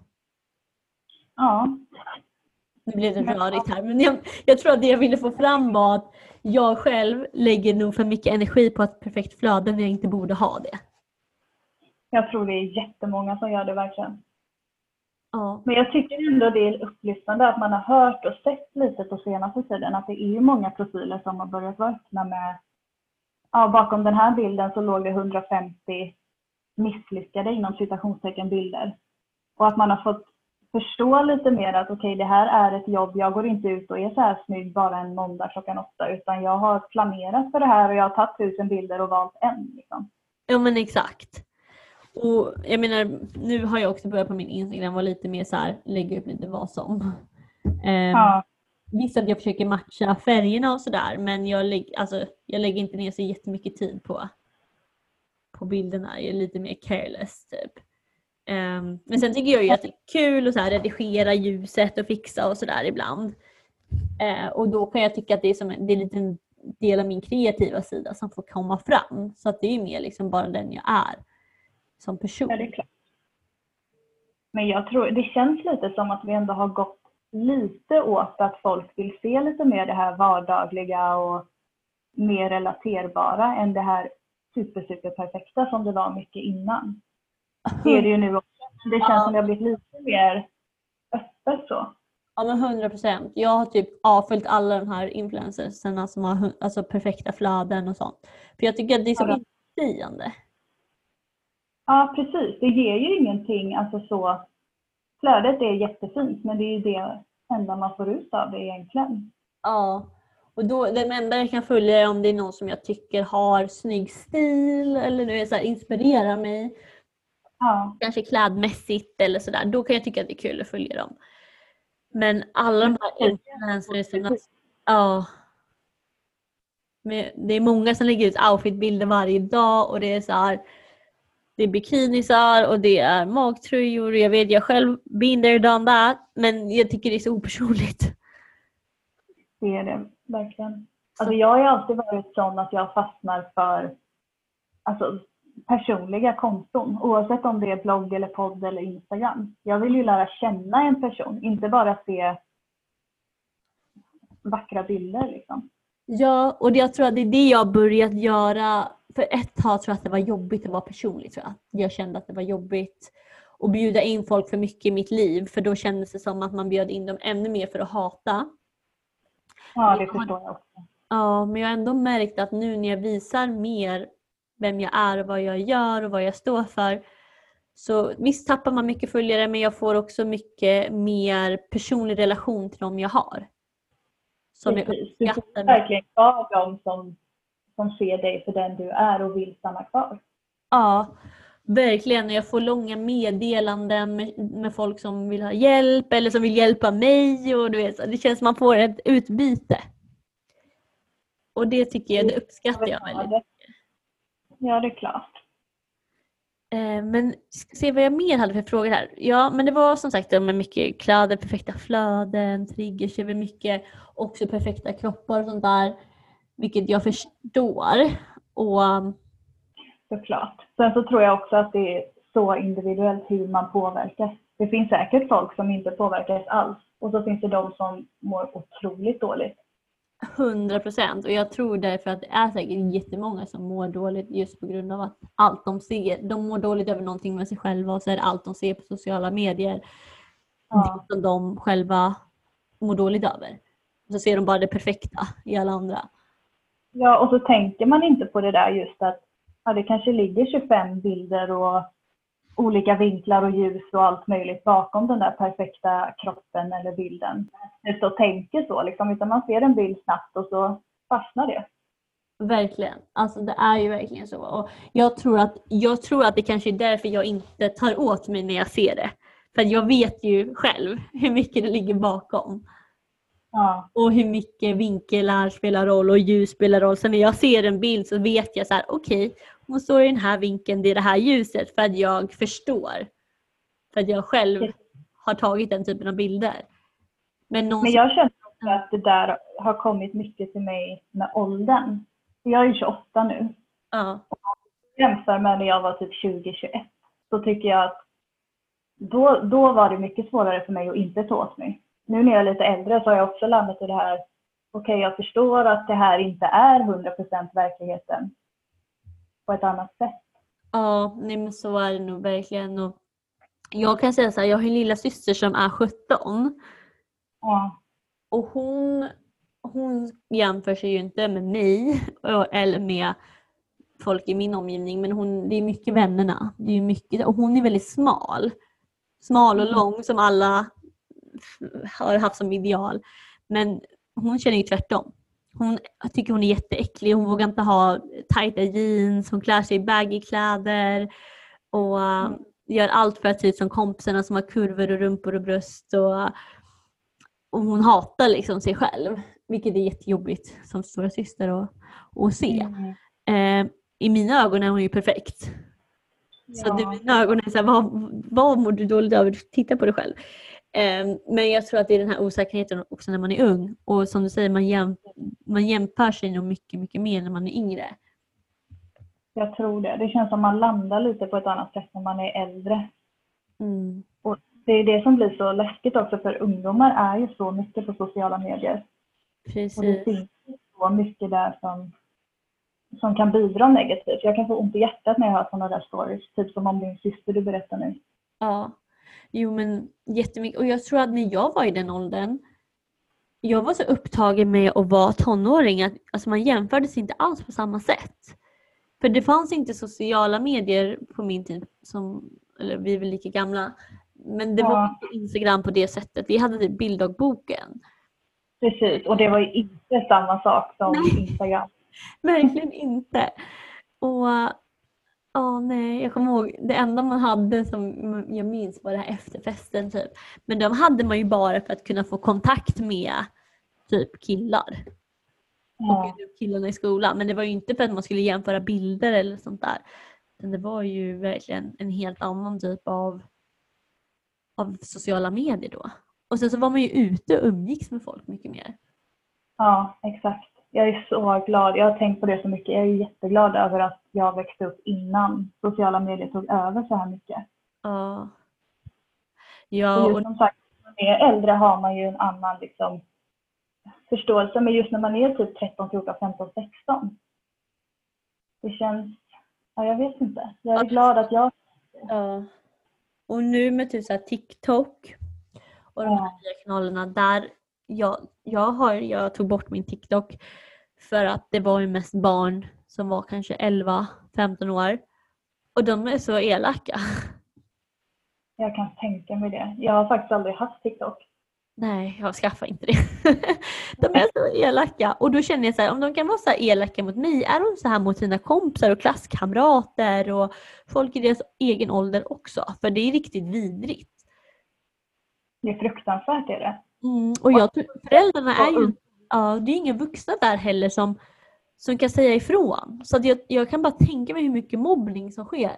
Ja. Nu blir det rörigt här, men jag, jag tror att det jag ville få fram var att jag själv lägger nog för mycket energi på ett perfekt flöde när jag inte borde ha det. Jag tror det är jättemånga som gör det verkligen. Ja. Men jag tycker ändå det är upplyftande att man har hört och sett lite på senaste tiden att det är ju många profiler som har börjat vara öppna med, ja, bakom den här bilden så låg det hundrafemtio misslyckade inom citationstecken bilder. Och att man har fått förstå lite mer att okej, okay, det här är ett jobb, jag går inte ut och är så här snygg bara en måndag klockan åtta, utan jag har planerat för det här och jag har tagit tusen bilder och valt en. Liksom. Ja, men exakt. Och jag menar, nu har jag också börjat på min Instagram vara lite mer så här, lägga upp lite vad som. Um, ja. Visst att jag försöker matcha färgerna och sådär, men jag, lägg, alltså, jag lägger inte ner så jättemycket tid på, på bilderna. Jag är lite mer careless typ. Um, men sen tycker jag ju att det är kul att så här redigera ljuset och fixa och sådär ibland. Uh, och då kan jag tycka att det är, som en, det är en liten del av min kreativa sida som får komma fram. Så att det är mer liksom bara den jag är som person. Ja, det är klart. Men jag tror, det känns lite som att vi ändå har gått lite åt att folk vill se lite mer det här vardagliga och mer relaterbara än det här super, super perfekta som det var mycket innan. Det är det ju nu också. Det känns ja. som det har blivit lite mer öppet så. Ja, men hundra procent. Jag har typ avföljt alla de här influencersarna som har alltså perfekta flöden och sånt. För jag tycker att det är så ja. intressant. Ja, precis. Det ger ju ingenting, alltså så. Flödet är jättefint, men det är ju det enda man får ut av det egentligen. Ja, och då, det enda jag kan följa är om det är någon som jag tycker har snygg stil eller nu är så här, inspirerar mig. Ja. Kanske klädmässigt eller sådär. Då kan jag tycka att det är kul att följa dem. Men alla de här influencerna, ja. Men det är många som lägger ut outfitbilder varje dag och det är så här, det är bikinisar och det är magtröjor. Jag vet, jag själv been there, done that. Men jag tycker det är så opersonligt. Det är det, verkligen. Alltså jag har ju alltid varit sån att jag fastnar för alltså, personliga konton. Oavsett om det är blogg eller podd eller Instagram. Jag vill ju lära känna en person. Inte bara se vackra bilder liksom. Ja, och jag tror att det är det jag har börjat göra. För ett tag tror jag att det var jobbigt att vara personlig, tror jag. Jag kände att det var jobbigt att bjuda in folk för mycket i mitt liv. För då kändes det som att man bjöd in dem ännu mer för att hata. Ja, det förstår jag också. Ja, men jag har ändå märkt att nu när jag visar mer vem jag är och vad jag gör och vad jag står för. Så visst tappar man mycket följare, men jag får också mycket mer personlig relation till dem jag har. Som Precis. jag uppskattar. Du får verkligen av dem som, som ser dig för den du är och vill stanna kvar. Ja, verkligen. Jag får långa meddelanden med, med folk som vill ha hjälp eller som vill hjälpa mig. Och du vet, det känns som man får ett utbyte. Och det tycker jag, det uppskattar jag väldigt mycket. Ja, det är klart. Eh, men se vad jag mer hade för frågor här. Ja, men det var som sagt med mycket kläder, perfekta flöden, triggers över mycket. Också perfekta kroppar och sånt där. Vilket jag förstår. Och såklart. Sen så tror jag också att det är så individuellt hur man påverkas. Det finns säkert folk som inte påverkas alls. Och så finns det de som mår otroligt dåligt. hundra procent. Och jag tror därför att det är säkert jättemånga som mår dåligt just på grund av att allt de ser, de mår dåligt över någonting med sig själva och så är det allt de ser på sociala medier. Ja. Det som de själva mår dåligt över. Och så ser de bara det perfekta i alla andra. Ja, och så tänker man inte på det där just att ja, det kanske ligger tjugofem bilder och olika vinklar och ljus och allt möjligt bakom den där perfekta kroppen eller bilden. Det så tänker så liksom, utan man ser en bild snabbt och så fastnar det. Verkligen. Alltså det är ju verkligen så. Och jag tror att, jag tror att det kanske är därför jag inte tar åt mig när jag ser det. För jag vet ju själv hur mycket det ligger bakom. Ja. Och hur mycket vinklar spelar roll och ljus spelar roll. Så när jag ser en bild så vet jag så här: okej, okay, hon står i den här vinkeln, det är det här ljuset. För att jag förstår. För att jag själv har tagit den typen av bilder. Men, någon Men jag känner också att det där har kommit mycket till mig med åldern. Jag är ju tjugoåtta nu. Ja. Och jämför med när jag var typ tjugo tjugoett. Så tycker jag att då, då var det mycket svårare för mig att inte ta åt mig. Nu när jag är lite äldre så har jag också landat i det här. Okej, okay, jag förstår att det här inte är hundra procent verkligheten. På ett annat sätt. Ja, nej men så är det nog verkligen. Och jag kan säga så här, jag har en lilla syster som är sjutton. Ja. Och hon, hon jämför sig ju inte med mig eller med folk i min omgivning. Men hon, det är mycket vännerna. Det är mycket, och hon är väldigt smal. Smal och lång som alla har haft som ideal. Men hon känner ju tvärtom. Hon tycker hon är jätteäcklig. Hon vågar inte ha tajta jeans. Hon klär sig i baggy kläder. Och mm. gör allt för att se ut som kompisarna som har kurvor och rumpor och bröst. Och, och hon hatar liksom sig själv. Vilket är jättejobbigt som stora syster att, att se. Mm. Eh, I mina ögon är hon ju perfekt. Ja. Så i mina ögon är så här, vad, vad mår du dåligt över? Titta på dig själv. Men jag tror att det är den här osäkerheten också när man är ung. Och som du säger, man, jäm, man jämför sig nog mycket, mycket mer när man är yngre. Jag tror det. Det känns som man landar lite på ett annat sätt när man är äldre. Mm. Och det är det som blir så läskigt också, för ungdomar är ju så mycket på sociala medier. Precis. Och det finns så mycket där som, som kan bidra negativt. Jag kan få ont i hjärtat när jag hör sådana där stories. Typ som om din syster du berättar nu. Ja. Jo men jättemycket. Och jag tror att när jag var i den åldern, jag var så upptagen med att vara tonåring att alltså man jämförde sig inte alls på samma sätt. För det fanns inte sociala medier på min tid, som, eller vi är väl lika gamla. Men det ja. var inte Instagram på det sättet. Vi hade typ bilddagboken. Precis, och det var ju inte samma sak som Nej. Instagram. Verkligen inte. Och ja, oh, nej, jag kommer ihåg, det enda man hade som jag minns var det här efterfesten typ. Men de hade man ju bara för att kunna få kontakt med typ killar. Ja. Och killarna i skolan. Men det var ju inte för att man skulle jämföra bilder eller sånt där. Men det var ju verkligen en helt annan typ av, av sociala medier då. Och sen så var man ju ute och umgicks med folk mycket mer. Ja, exakt. Jag är så glad. Jag har tänkt på det så mycket. Jag är jätteglad över att jag växte upp innan sociala medier tog över så här mycket. Ja. Ja, och just som sagt, när man är äldre har man ju en annan liksom, förståelse. Men just när man är typ tretton, fjorton, femton, sexton. Det känns... Ja, jag vet inte. Jag är glad att jag... Ja. Och nu med typ så här TikTok och de här ja. nya kanalerna där... Jag, jag, har, jag tog bort min TikTok för att det var ju mest barn som var kanske elva femton år. Och de är så elaka. Jag kan tänka mig det. Jag har faktiskt aldrig haft TikTok. Nej, jag skaffar inte det. De är så elaka. Och då känner jag så här, om de kan vara så här elaka mot mig, är de så här mot sina kompisar och klasskamrater och folk i deras egen ålder också? För det är riktigt vidrigt. Det är fruktansvärt är det. Mm, och jag tror föräldrarna är ju, ja, det är inga vuxna där heller som, som kan säga ifrån. Så att jag, jag kan bara tänka mig hur mycket mobbning som sker.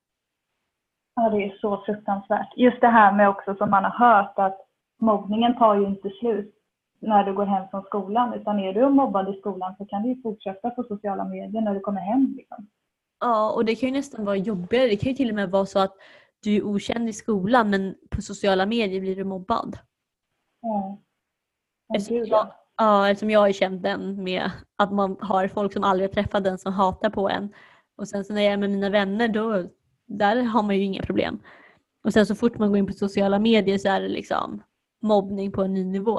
Ja, det är så fruktansvärt. Just det här med också som man har hört att mobbningen tar ju inte slut när du går hem från skolan. Utan är du mobbad i skolan så kan du ju fortsätta på sociala medier när du kommer hem. Liksom. Ja, och det kan ju nästan vara jobbigare. Det kan ju till och med vara så att du är okänd i skolan men på sociala medier blir du mobbad. Ja. Eftersom jag, ja, eftersom jag är känd den med att man har folk som aldrig har träffat den som hatar på en. Och sen så när jag är med mina vänner då, där har man ju inga problem. Och sen så fort man går in på sociala medier så är det liksom mobbning på en ny nivå.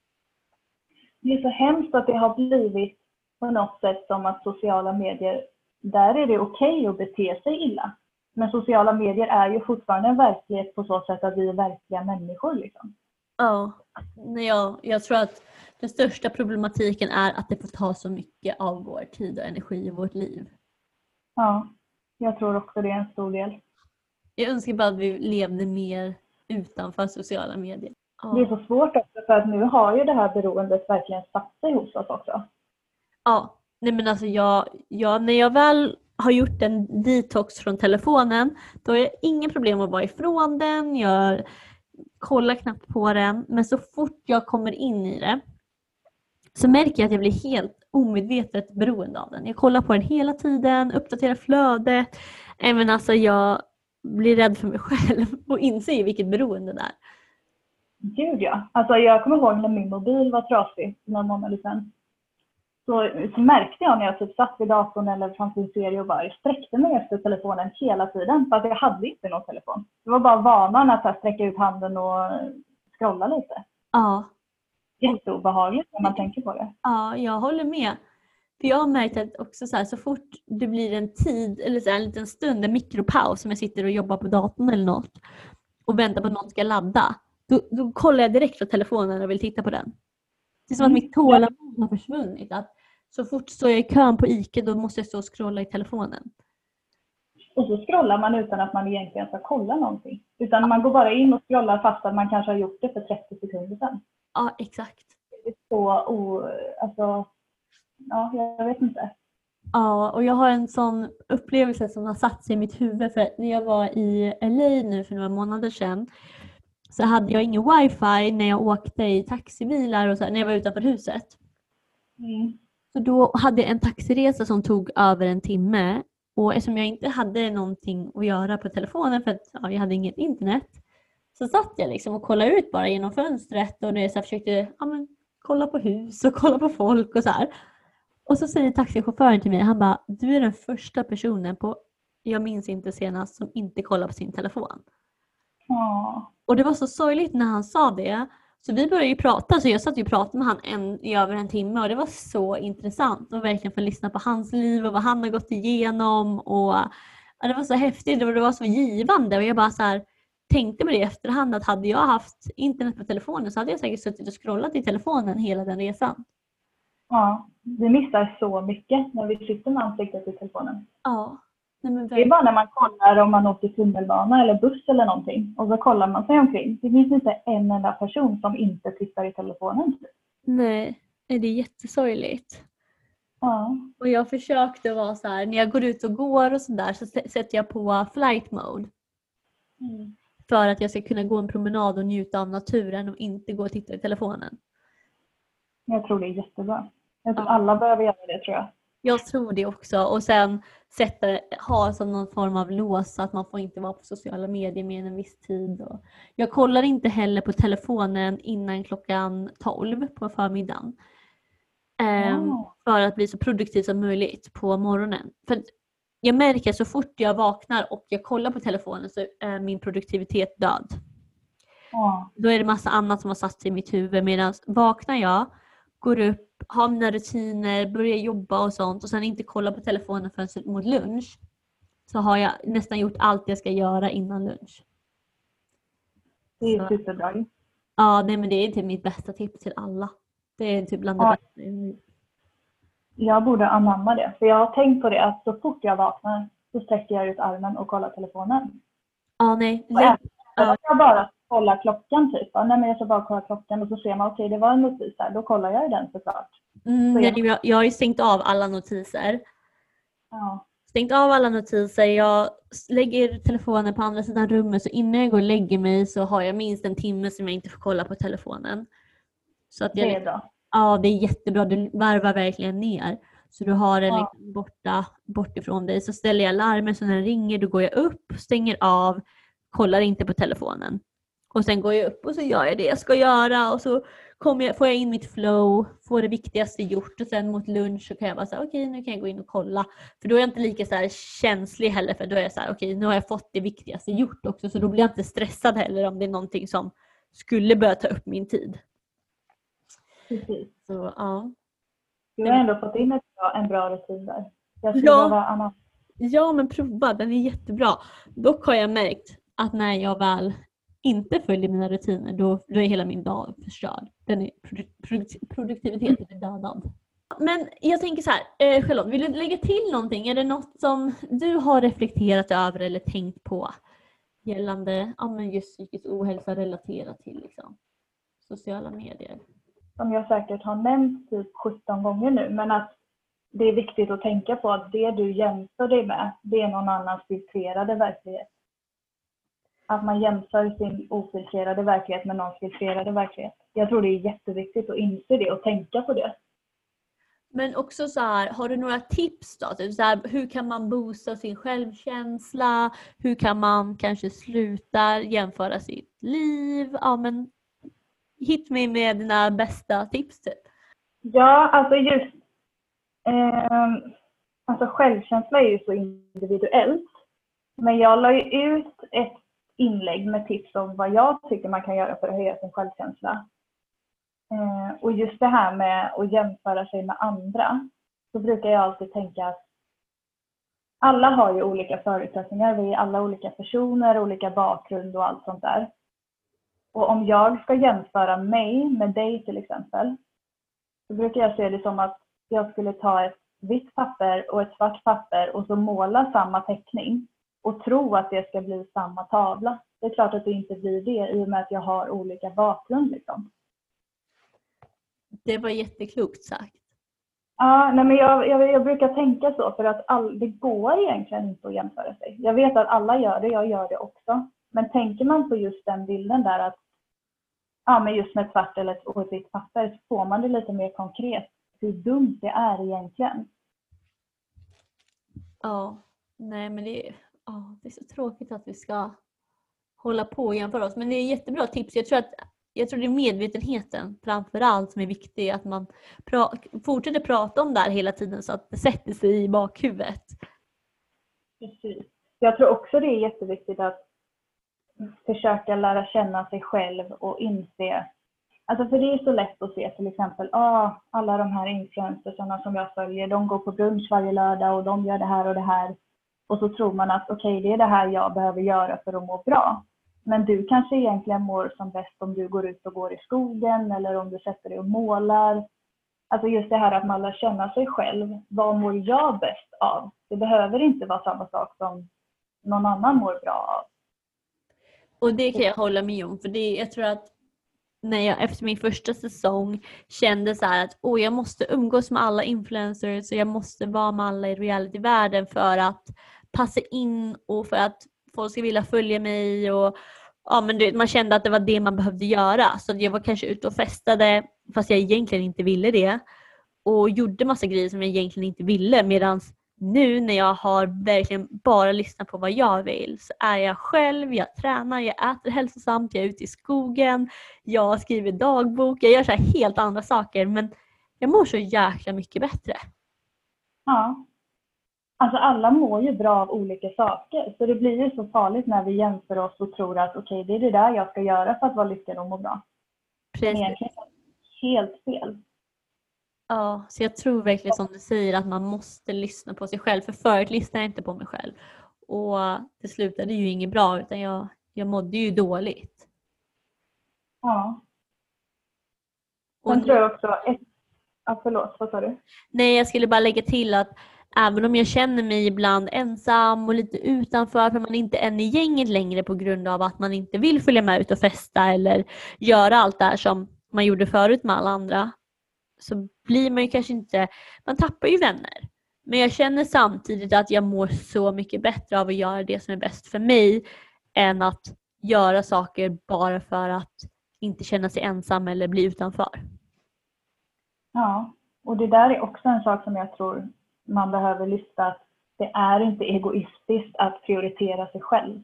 Det är så hemskt att det har blivit på något sätt som att sociala medier, där är det okej att bete sig illa. Men sociala medier är ju fortfarande en verklighet på så sätt att vi är verkliga människor. Liksom. Ja, jag, jag tror att den största problematiken är att det får ta så mycket av vår tid och energi i vårt liv. Ja, jag tror också det är en stor del. Jag önskar bara att vi levde mer utanför sociala medier. Ja. Det är så svårt också för att nu har ju det här beroendet verkligen satt sig hos oss också. Ja, nej men alltså jag, jag, när jag väl har gjort en detox från telefonen, då är det ingen problem att vara ifrån den. Jag kollar knappt på den, men så fort jag kommer in i det så märker jag att jag blir helt omedvetet beroende av den. Jag kollar på den hela tiden, uppdaterar flödet. Även alltså jag blir rädd för mig själv och inser vilket beroende det är. Gud ja. Alltså jag kommer ihåg när min mobil var trasig några månader sedan. Så, så märkte jag när jag typ satt vid datorn eller framför en serie och bara sträckte mig efter telefonen hela tiden. För att jag hade inte någon telefon. Det var bara vanan att här, sträcka ut handen och scrolla lite. Ja. Jätteobehagligt när man tänker på det. Ja, jag håller med. För jag har märkt att också så, här, så fort det blir en tid eller så här, en liten stund, en mikropaus som jag sitter och jobbar på datorn eller något och väntar på att något ska ladda, då, då kollar jag direkt på telefonen och vill titta på den. Det är som att mitt tålamod har försvunnit. Att så fort står jag i kön på Ica, då måste jag stå och scrolla i telefonen. Och så scrollar man utan att man egentligen ska kolla någonting. Utan man går bara in och scrollar fast att man kanske har gjort det för trettio sekunder sedan. Ja, exakt. Det är så, o, alltså, ja, jag vet inte. Ja, och jag har en sån upplevelse som har satt sig i mitt huvud. För när jag var i L A nu för några månader sedan så hade jag ingen wifi när jag åkte i taxibilar och så här, när jag var utanför huset. Mm. Så då hade jag en taxiresa som tog över en timme. Och eftersom jag inte hade någonting att göra på telefonen för att ja, jag hade inget internet, så satt jag liksom och kollade ut bara genom fönstret och när jag så försökte ja, men, kolla på hus och kolla på folk och så här. Och så säger taxichauffören till mig, han bara, du är den första personen på, jag minns inte senast, som inte kollar på sin telefon. Ja. Och det var så sorgligt när han sa det. Så vi började ju prata, så jag satt ju och pratade med han en, i över en timme och det var så intressant att verkligen få lyssna på hans liv och vad han har gått igenom och ja, det var så häftigt och det var så givande och jag bara så här tänkte med det i efterhand att hade jag haft internet på telefonen så hade jag säkert suttit och scrollat i telefonen hela den resan. Ja, vi missar så mycket när vi sitter med ansiktet i telefonen. Ja. Nej, men det är bara när man kollar om man åker tunnelbana eller buss eller någonting och så kollar man sig omkring. Det finns inte en enda person som inte tittar i telefonen. Nej, det är jättesorgligt. Ja. Och jag försökte vara så här, när jag går ut och går och sådär så sätter jag på flight mode. Mm. För att jag ska kunna gå en promenad och njuta av naturen och inte gå och titta i telefonen. Jag tror det är jättebra. Jag tror Ja. alla behöver göra det, tror jag. Jag tror det också. Och sen sätta, ha som någon form av lås så att man får inte vara på sociala medier mer än en viss tid. Och jag kollar inte heller på telefonen innan klockan tolv på förmiddagen. Ehm, Ja. För att bli så produktiv som möjligt på morgonen. För jag märker så fort jag vaknar och jag kollar på telefonen så är min produktivitet död. Ja. Då är det massa annat som har satt sig i mitt huvud. Medan vaknar jag, går upp, har mina rutiner, börjar jobba och sånt och sen inte kolla på telefonen förrän mot lunch, så har jag nästan gjort allt jag ska göra innan lunch. Det är Så. superbra. Ja, nej men det är typ mitt bästa tips till alla. Det är typ bland det Ja, bästa jag har gjort. jag borde anamma det. För jag har tänkt på det att så fort jag vaknar så sträcker jag ut armen och kollar telefonen. Ja, nej. Och Lägg, även ja, om jag bara kollar klockan typ. Ja, nej, men jag ska bara kolla klockan och så ser man okej, okay, det var en notis här. Då kollar jag den såklart. mm, Så jag, nej, jag, jag har ju stängt av alla notiser. ja, Stängt av alla notiser. Jag lägger telefonen på andra sidan rummet så innan jag går och lägger mig så har jag minst en timme som jag inte får kolla på telefonen. Så att jag det är liksom, bra. ja, det är jättebra. Du varvar verkligen ner. Så du har den Ja, liksom borta, bort ifrån dig. Så ställer jag larmet så när den ringer då går jag upp, stänger av, kollar inte på telefonen. Och sen går jag upp och så gör jag det jag ska göra och så kommer jag, får jag in mitt flow, får det viktigaste gjort och sen mot lunch så kan jag bara säga okej, nu kan jag gå in och kolla. För då är jag inte lika så här känslig heller, för då är jag så här okej, nu har jag fått det viktigaste gjort också, så då blir jag inte stressad heller om det är någonting som skulle börja ta upp min tid. precis. Så ja. Du har ändå fått in ett bra, en bra rutin där. Jag skulle Ja. behöva anamma. Ja, men prova, den är jättebra. Dock har jag märkt att när jag väl inte följer mina rutiner, då, då är hela min dag förstörd. Den är, produk- produktiviteten är dödad. Men jag tänker så här, eh, Charlotte, vill du lägga till någonting? Är det något som du har reflekterat över eller tänkt på gällande ja, men just psykisk ohälsa relaterat till liksom, sociala medier? Som jag säkert har nämnt typ sjutton gånger nu, men att det är viktigt att tänka på att det du jämför dig med, det är någon annans filtrerade verklighet. Att man jämför sin ofiltrerade verklighet med någons filtrerade verklighet. Jag tror det är jätteviktigt att inse det och tänka på det. Men också så här, har du några tips då? Typ så här, hur kan man boosta sin självkänsla? Hur kan man kanske sluta jämföra sitt liv? Ja, men hit mig med dina bästa tips typ. Ja, alltså just eh, alltså självkänsla är ju så individuellt. Men jag la ju ut ett inlägg med tips om vad jag tycker man kan göra för att höja sin självkänsla. Eh, och just det här med att jämföra sig med andra, så brukar jag alltid tänka att alla har ju olika förutsättningar. Vi är alla olika personer, olika bakgrund och allt sånt där. Och om jag ska jämföra mig med dig till exempel, så brukar jag se det som att jag skulle ta ett vitt papper och ett svart papper och så måla samma teckning och tro att det ska bli samma tavla. Det är klart att det inte blir det i och med att jag har olika bakgrund liksom. Det var jätteklokt sagt. Ja, nej men jag, jag, jag brukar tänka så för att all, det går egentligen inte att jämföra sig. Jag vet att alla gör det, jag gör det också. Men tänker man på just den bilden där att ja, men just med ett svart eller ett, och ett vitt papper så får man det lite mer konkret. Hur dumt det är egentligen. Ja, nej men det är, ja, det är så tråkigt att vi ska hålla på och jämföra oss. Men det är jättebra tips. Jag tror att jag tror det är medvetenheten framför allt som är viktig. Att man pra- fortsätter prata om det här hela tiden så att det sätter sig i bakhuvudet. Precis. Jag tror också det är jätteviktigt att försöka lära känna sig själv och inse. Alltså för det är så lätt att se till exempel, ah, alla de här influencersarna som jag följer, de går på brunch varje lördag och de gör det här och det här. Och så tror man att okej, okay, det är det här jag behöver göra för att må bra. Men du kanske egentligen mår som bäst om du går ut och går i skogen eller om du sätter dig och målar. Alltså just det här att man lär känna sig själv. Vad mår jag bäst av? Det behöver inte vara samma sak som någon annan mår bra av. Och det kan jag hålla med om. För det, jag tror att när jag efter min första säsong kände så här att oh, jag måste umgås med alla influencers och jag måste vara med alla i realityvärlden för att passa in och för att folk ska vilja följa mig och ja, men du, man kände att det var det man behövde göra. Så jag var kanske ute och festade fast jag egentligen inte ville det och gjorde massa grejer som jag egentligen inte ville, medan nu när jag har verkligen bara lyssnat på vad jag vill så är jag själv, jag tränar, jag äter hälsosamt, jag är ute i skogen, jag skriver dagbok, jag gör så här helt andra saker, men jag mår så jäkla mycket bättre. Ja. Alltså alla mår ju bra av olika saker, så det blir ju så farligt när vi jämför oss och tror att okej, okay, det är det där jag ska göra för att vara lyckad och må bra. Precis. Men egentligen helt fel. Ja, så jag tror verkligen som du säger att man måste lyssna på sig själv. För förut lyssnade jag inte på mig själv. Och det slutade ju inget bra utan jag, jag mådde ju dåligt. Ja. Och Sen tror jag också, ett, ja, förlåt, vad sa du? nej, jag skulle bara lägga till att även om jag känner mig ibland ensam och lite utanför för man inte är en i gänget längre på grund av att man inte vill följa med ut och festa eller göra allt det här som man gjorde förut med alla andra, så blir man ju kanske inte, man tappar ju vänner. Men jag känner samtidigt att jag mår så mycket bättre av att göra det som är bäst för mig än att göra saker bara för att inte känna sig ensam eller bli utanför. Ja, och det där är också en sak som jag tror man behöver lyfta. Att det är inte egoistiskt att prioritera sig själv.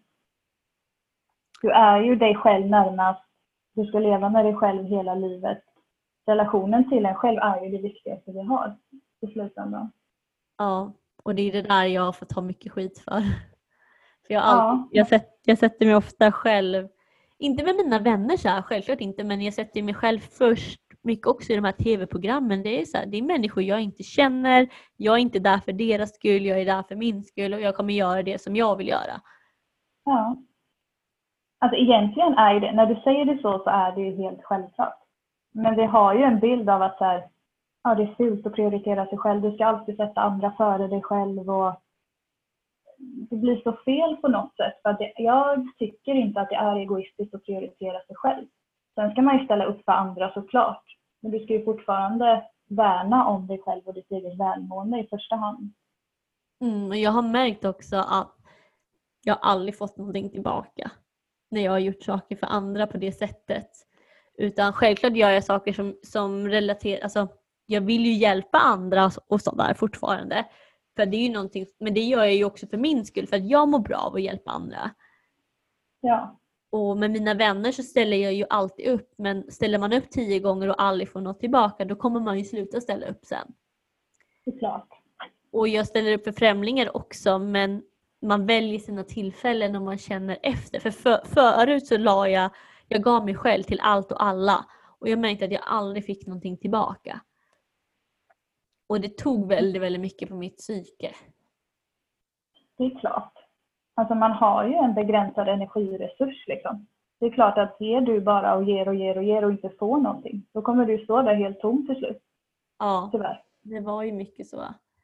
Du är ju dig själv närmast. Du ska leva med dig själv hela livet. Relationen till en själv är ju det viktigaste vi har i slutändan. Ja, och det är det där jag har fått ta mycket skit för. För jag, alltid, Ja. jag, sätter, jag sätter mig ofta själv, inte med mina vänner så här, självklart inte, men jag sätter mig själv först mycket också i de här tv-programmen. Det är, så här, det är människor jag inte känner, jag är inte där för deras skull, jag är där för min skull och jag kommer göra det som jag vill göra. Ja. Alltså egentligen är ju det, när du säger det så så är det ju helt självklart. Men vi har ju en bild av att så här, ja, det är fult att prioritera sig själv. Du ska alltid sätta andra före dig själv och det blir så fel på något sätt. För att det, jag tycker inte att det är egoistiskt att prioritera sig själv. Sen ska man ju ställa upp för andra såklart. Men du ska ju fortfarande värna om dig själv och ditt eget välmående i första hand. Mm, och jag har märkt också att jag aldrig fått någonting tillbaka när jag har gjort saker för andra på det sättet. Utan självklart gör jag saker som, som relaterar, alltså jag vill ju hjälpa andra och sådär fortfarande. För det är ju någonting, men det gör jag ju också för min skull, för att jag mår bra av att hjälpa andra. Ja. Och med mina vänner så ställer jag ju alltid upp, men ställer man upp tio gånger och aldrig får något tillbaka, då kommer man ju sluta ställa upp sen. Såklart. Och jag ställer upp för främlingar också, men man väljer sina tillfällen och man känner efter. För, för förut så la jag, jag gav mig själv till allt och alla. Och jag märkte att jag aldrig fick någonting tillbaka. Och det tog väldigt, väldigt mycket på mitt psyke. Det är klart. Alltså man har ju en begränsad energiresurs liksom. Det är klart att ger du bara och ger och ger och ger och inte får någonting, då kommer du stå där helt tom till slut. Ja, tyvärr. Det var ju mycket så.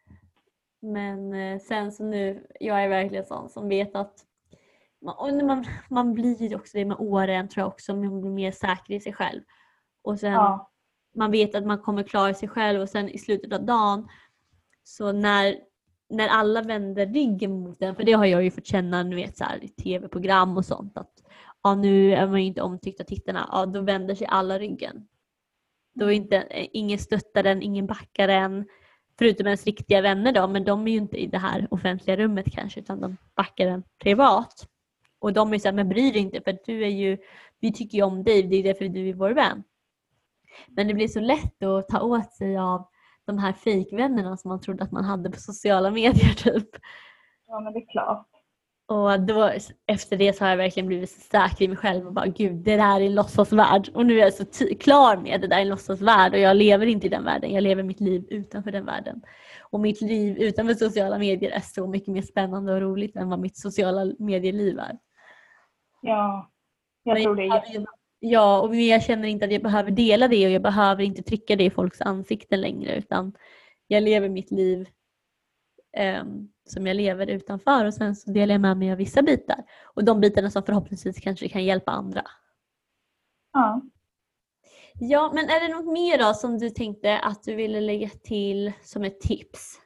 Men eh, sen så nu, jag är verkligen sån som vet att man, och man, man blir också det med åren, tror jag också, man blir mer säker i sig själv. Och sen Ja. man vet att man kommer klara sig själv och sen i slutet av dagen så när, när alla vänder ryggen mot en, för det har jag ju fått känna, nu vet så här, i tv-program och sånt, att ja, nu är man ju inte omtyckt av tittarna, ja, då vänder sig alla ryggen. Då är inte, ingen stöttar den, ingen backar den, förutom ens riktiga vänner då, men de är ju inte i det här offentliga rummet kanske, utan de backar den privat. Och de är ju så här, men bryr dig inte, för du är ju, vi tycker ju om dig, det är därför du är vår vän. Men det blir så lätt att ta åt sig av de här fejkvännerna som man trodde att man hade på sociala medier typ. Ja, men det är klart. Och då, efter det så har jag verkligen blivit så säker i mig själv och bara, gud, det där är en låtsasvärld. Och nu är jag så ty- klar med det där är en låtsasvärld och jag lever inte i den världen. Jag lever mitt liv utanför den världen. Och mitt liv utanför sociala medier är så mycket mer spännande och roligt än vad mitt sociala medieliv är. Ja, jag Men tror det är jag, jättebra. Ja, och jag känner inte att jag behöver dela det och jag behöver inte trycka det i folks ansikten längre, utan jag lever mitt liv eh, som jag lever utanför och sen så delar jag med mig av vissa bitar. Och de bitarna som förhoppningsvis kanske kan hjälpa andra. Ja. Ja, men är det något mer då som du tänkte att du ville lägga till som ett tips?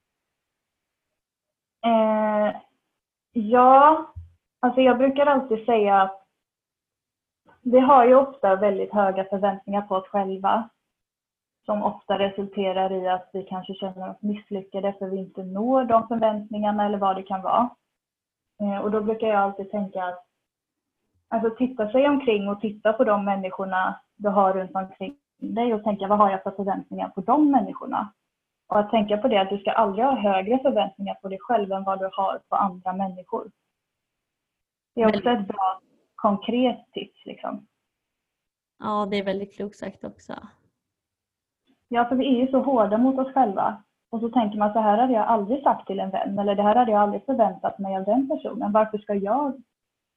Eh, ja, alltså jag brukar alltid säga att vi har ju ofta väldigt höga förväntningar på oss själva. Som ofta resulterar i att vi kanske känner oss misslyckade för vi inte når de förväntningarna eller vad det kan vara. Eh, och då brukar jag alltid tänka att alltså titta sig omkring och titta på de människorna du har runt omkring dig och tänka vad har jag för förväntningar på de människorna. Och att tänka på det att du ska aldrig ha högre förväntningar på dig själv än vad du har på andra människor. Det är också ett bra konkret tips liksom. Ja, det är väldigt klokt sagt också. Ja, för vi är ju så hårda mot oss själva. Och så tänker man, så här hade jag aldrig sagt till en vän. Eller det här hade jag aldrig förväntat mig av den personen. Varför ska jag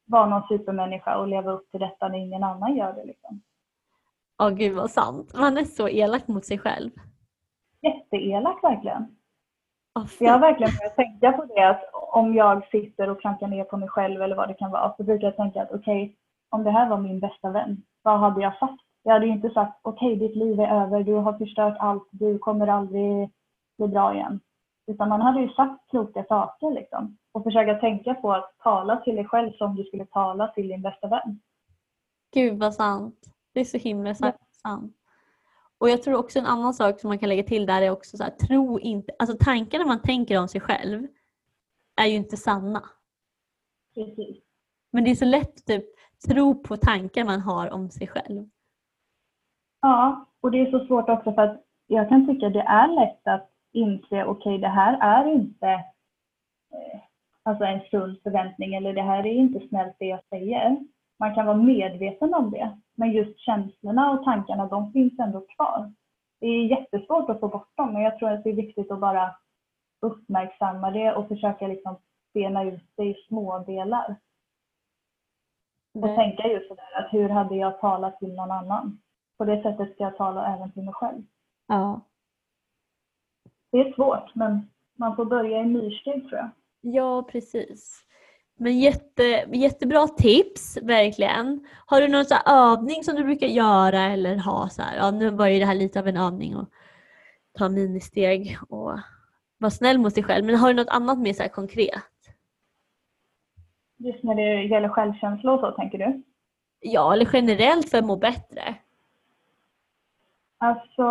vara någon supermänniska och leva upp till detta när ingen annan gör det liksom. Åh gud vad sant. Man är så elak mot sig själv. Jätteelak verkligen. Åh, Jag har verkligen börjat tänka på det, att om jag sitter och klankar ner på mig själv eller vad det kan vara, så brukar jag tänka att okej, okay, om det här var min bästa vän, vad hade jag sagt? Jag hade ju inte sagt okej, okay, ditt liv är över, du har förstört allt, du kommer aldrig bli bra igen. Utan man hade ju sagt kloka saker liksom. Och försöka tänka på att tala till dig själv som du skulle tala till din bästa vän. Gud vad sant. Det är så himla sant. Ja. Och jag tror också en annan sak som man kan lägga till där är också så här, tro inte, alltså tankarna man tänker om sig själv är ju inte sanna. Precis. Men det är så lätt typ tro på tankar man har om sig själv. Ja, och det är så svårt också för att jag kan tycka det är lätt att inse, okej okay, det här är inte eh, alltså en sund förväntning, eller det här är inte snällt det jag säger. Man kan vara medveten om det, men just känslorna och tankarna, de finns ändå kvar. Det är jättesvårt att få bort dem, men jag tror att det är viktigt att bara uppmärksamma det och försöka liksom bena ut det i små delar. Och Nej. tänka just sådär, att hur hade jag talat till någon annan? På det sättet ska jag tala även till mig själv. Ja. Det är svårt, men man får börja i myrsteg tror jag. Ja, precis. Men jätte, jättebra tips, verkligen. Har du någon så här övning som du brukar göra eller ha så här? Ja, nu var ju det här lite av en övning och ta ministeg och vara snäll mot sig själv. Men har du något annat mer så här konkret? Just när det gäller självkänsla och så, tänker du? Ja, eller generellt för att må bättre. Alltså,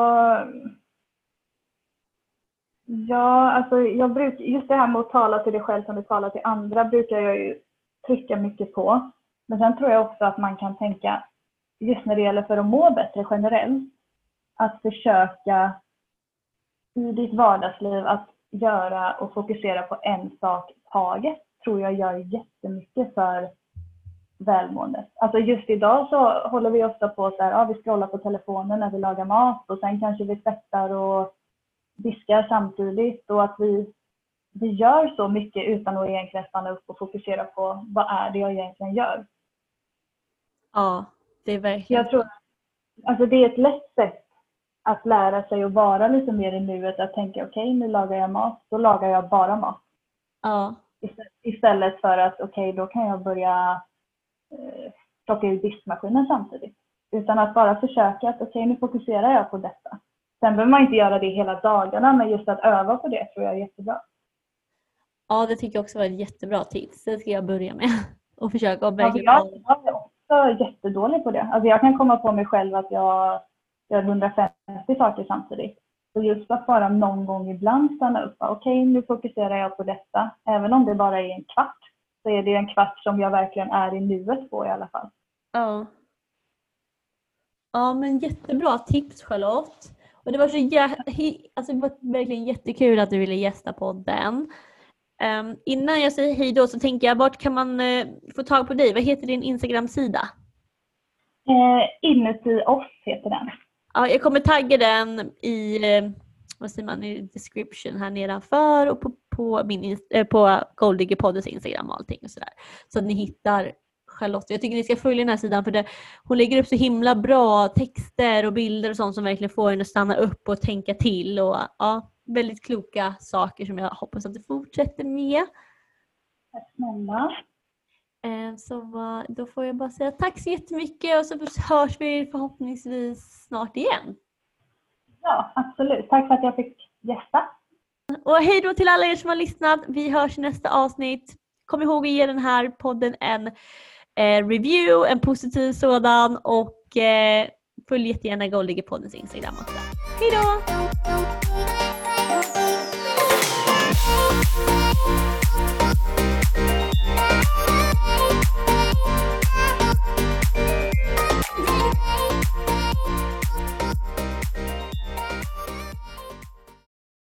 ja, alltså jag brukar, just det här med att tala till dig själv som du talar till andra brukar jag ju trycka mycket på. Men sen tror jag också att man kan tänka, just när det gäller för att må bättre generellt, att försöka i ditt vardagsliv att göra och fokusera på en sak taget, tror jag gör jättemycket för välmåendet. Alltså just idag så håller vi ofta på så här, ja, vi scrollar på telefonen när vi lagar mat och sen kanske vi tvättar och diskar samtidigt, och att vi, vi gör så mycket utan att egentligen stanna upp och fokusera på vad är det jag egentligen gör. Ja, det är verkligen. Jag tror alltså det är ett lätt sätt att lära sig att vara lite mer i nuet, att tänka okej, okay, nu lagar jag mat, då lagar jag bara mat. Ja. Istället för att okej, okay, då kan jag börja eh, plocka ut diskmaskinen samtidigt. Utan att bara försöka att okej, okay, nu fokuserar jag på detta. Sen behöver man inte göra det hela dagarna, men just att öva på det tror jag är jättebra. Ja, det tycker jag också var ett jättebra tips. Det ska jag börja med och försöka verkligen. Ja, jag är också jättedålig på det. Alltså jag kan komma på mig själv att jag gör hundrafemtio saker samtidigt. Så just att bara någon gång ibland stanna upp. Okej, okay, nu fokuserar jag på detta. Även om det bara är en kvart, så är det en kvart som jag verkligen är i nuet på i alla fall. Ja. Ja, men jättebra tips, Charlotte. Och det var så jä- alltså det var verkligen jättekul att du ville gästa podden. Um, innan jag säger hej då så tänker jag, vart kan man uh, få tag på dig? Vad heter din Instagram-sida? Eh, inuti oss heter den. Ja, jag kommer tagga den i, uh, vad säger man, i description här nedanför och på, på, min, uh, på Golddiggerpoddens Instagram och allting och sådär. Så att ni hittar Charlotte. Jag tycker ni ska följa den här sidan, för det, hon lägger upp så himla bra texter och bilder och sånt som verkligen får en att stanna upp och tänka till. Och ja, väldigt kloka saker som jag hoppas att du fortsätter med. Tack snälla. Så då får jag bara säga tack så jättemycket och så hörs vi förhoppningsvis snart igen. Ja, absolut. Tack för att jag fick gästa. Och hej då till alla er som har lyssnat. Vi hörs i nästa avsnitt. Kom ihåg att ge den här podden en eh, review, en positiv sådan, och eh, följ jättegärna Golddiggerpoddens Instagram också. Hej då!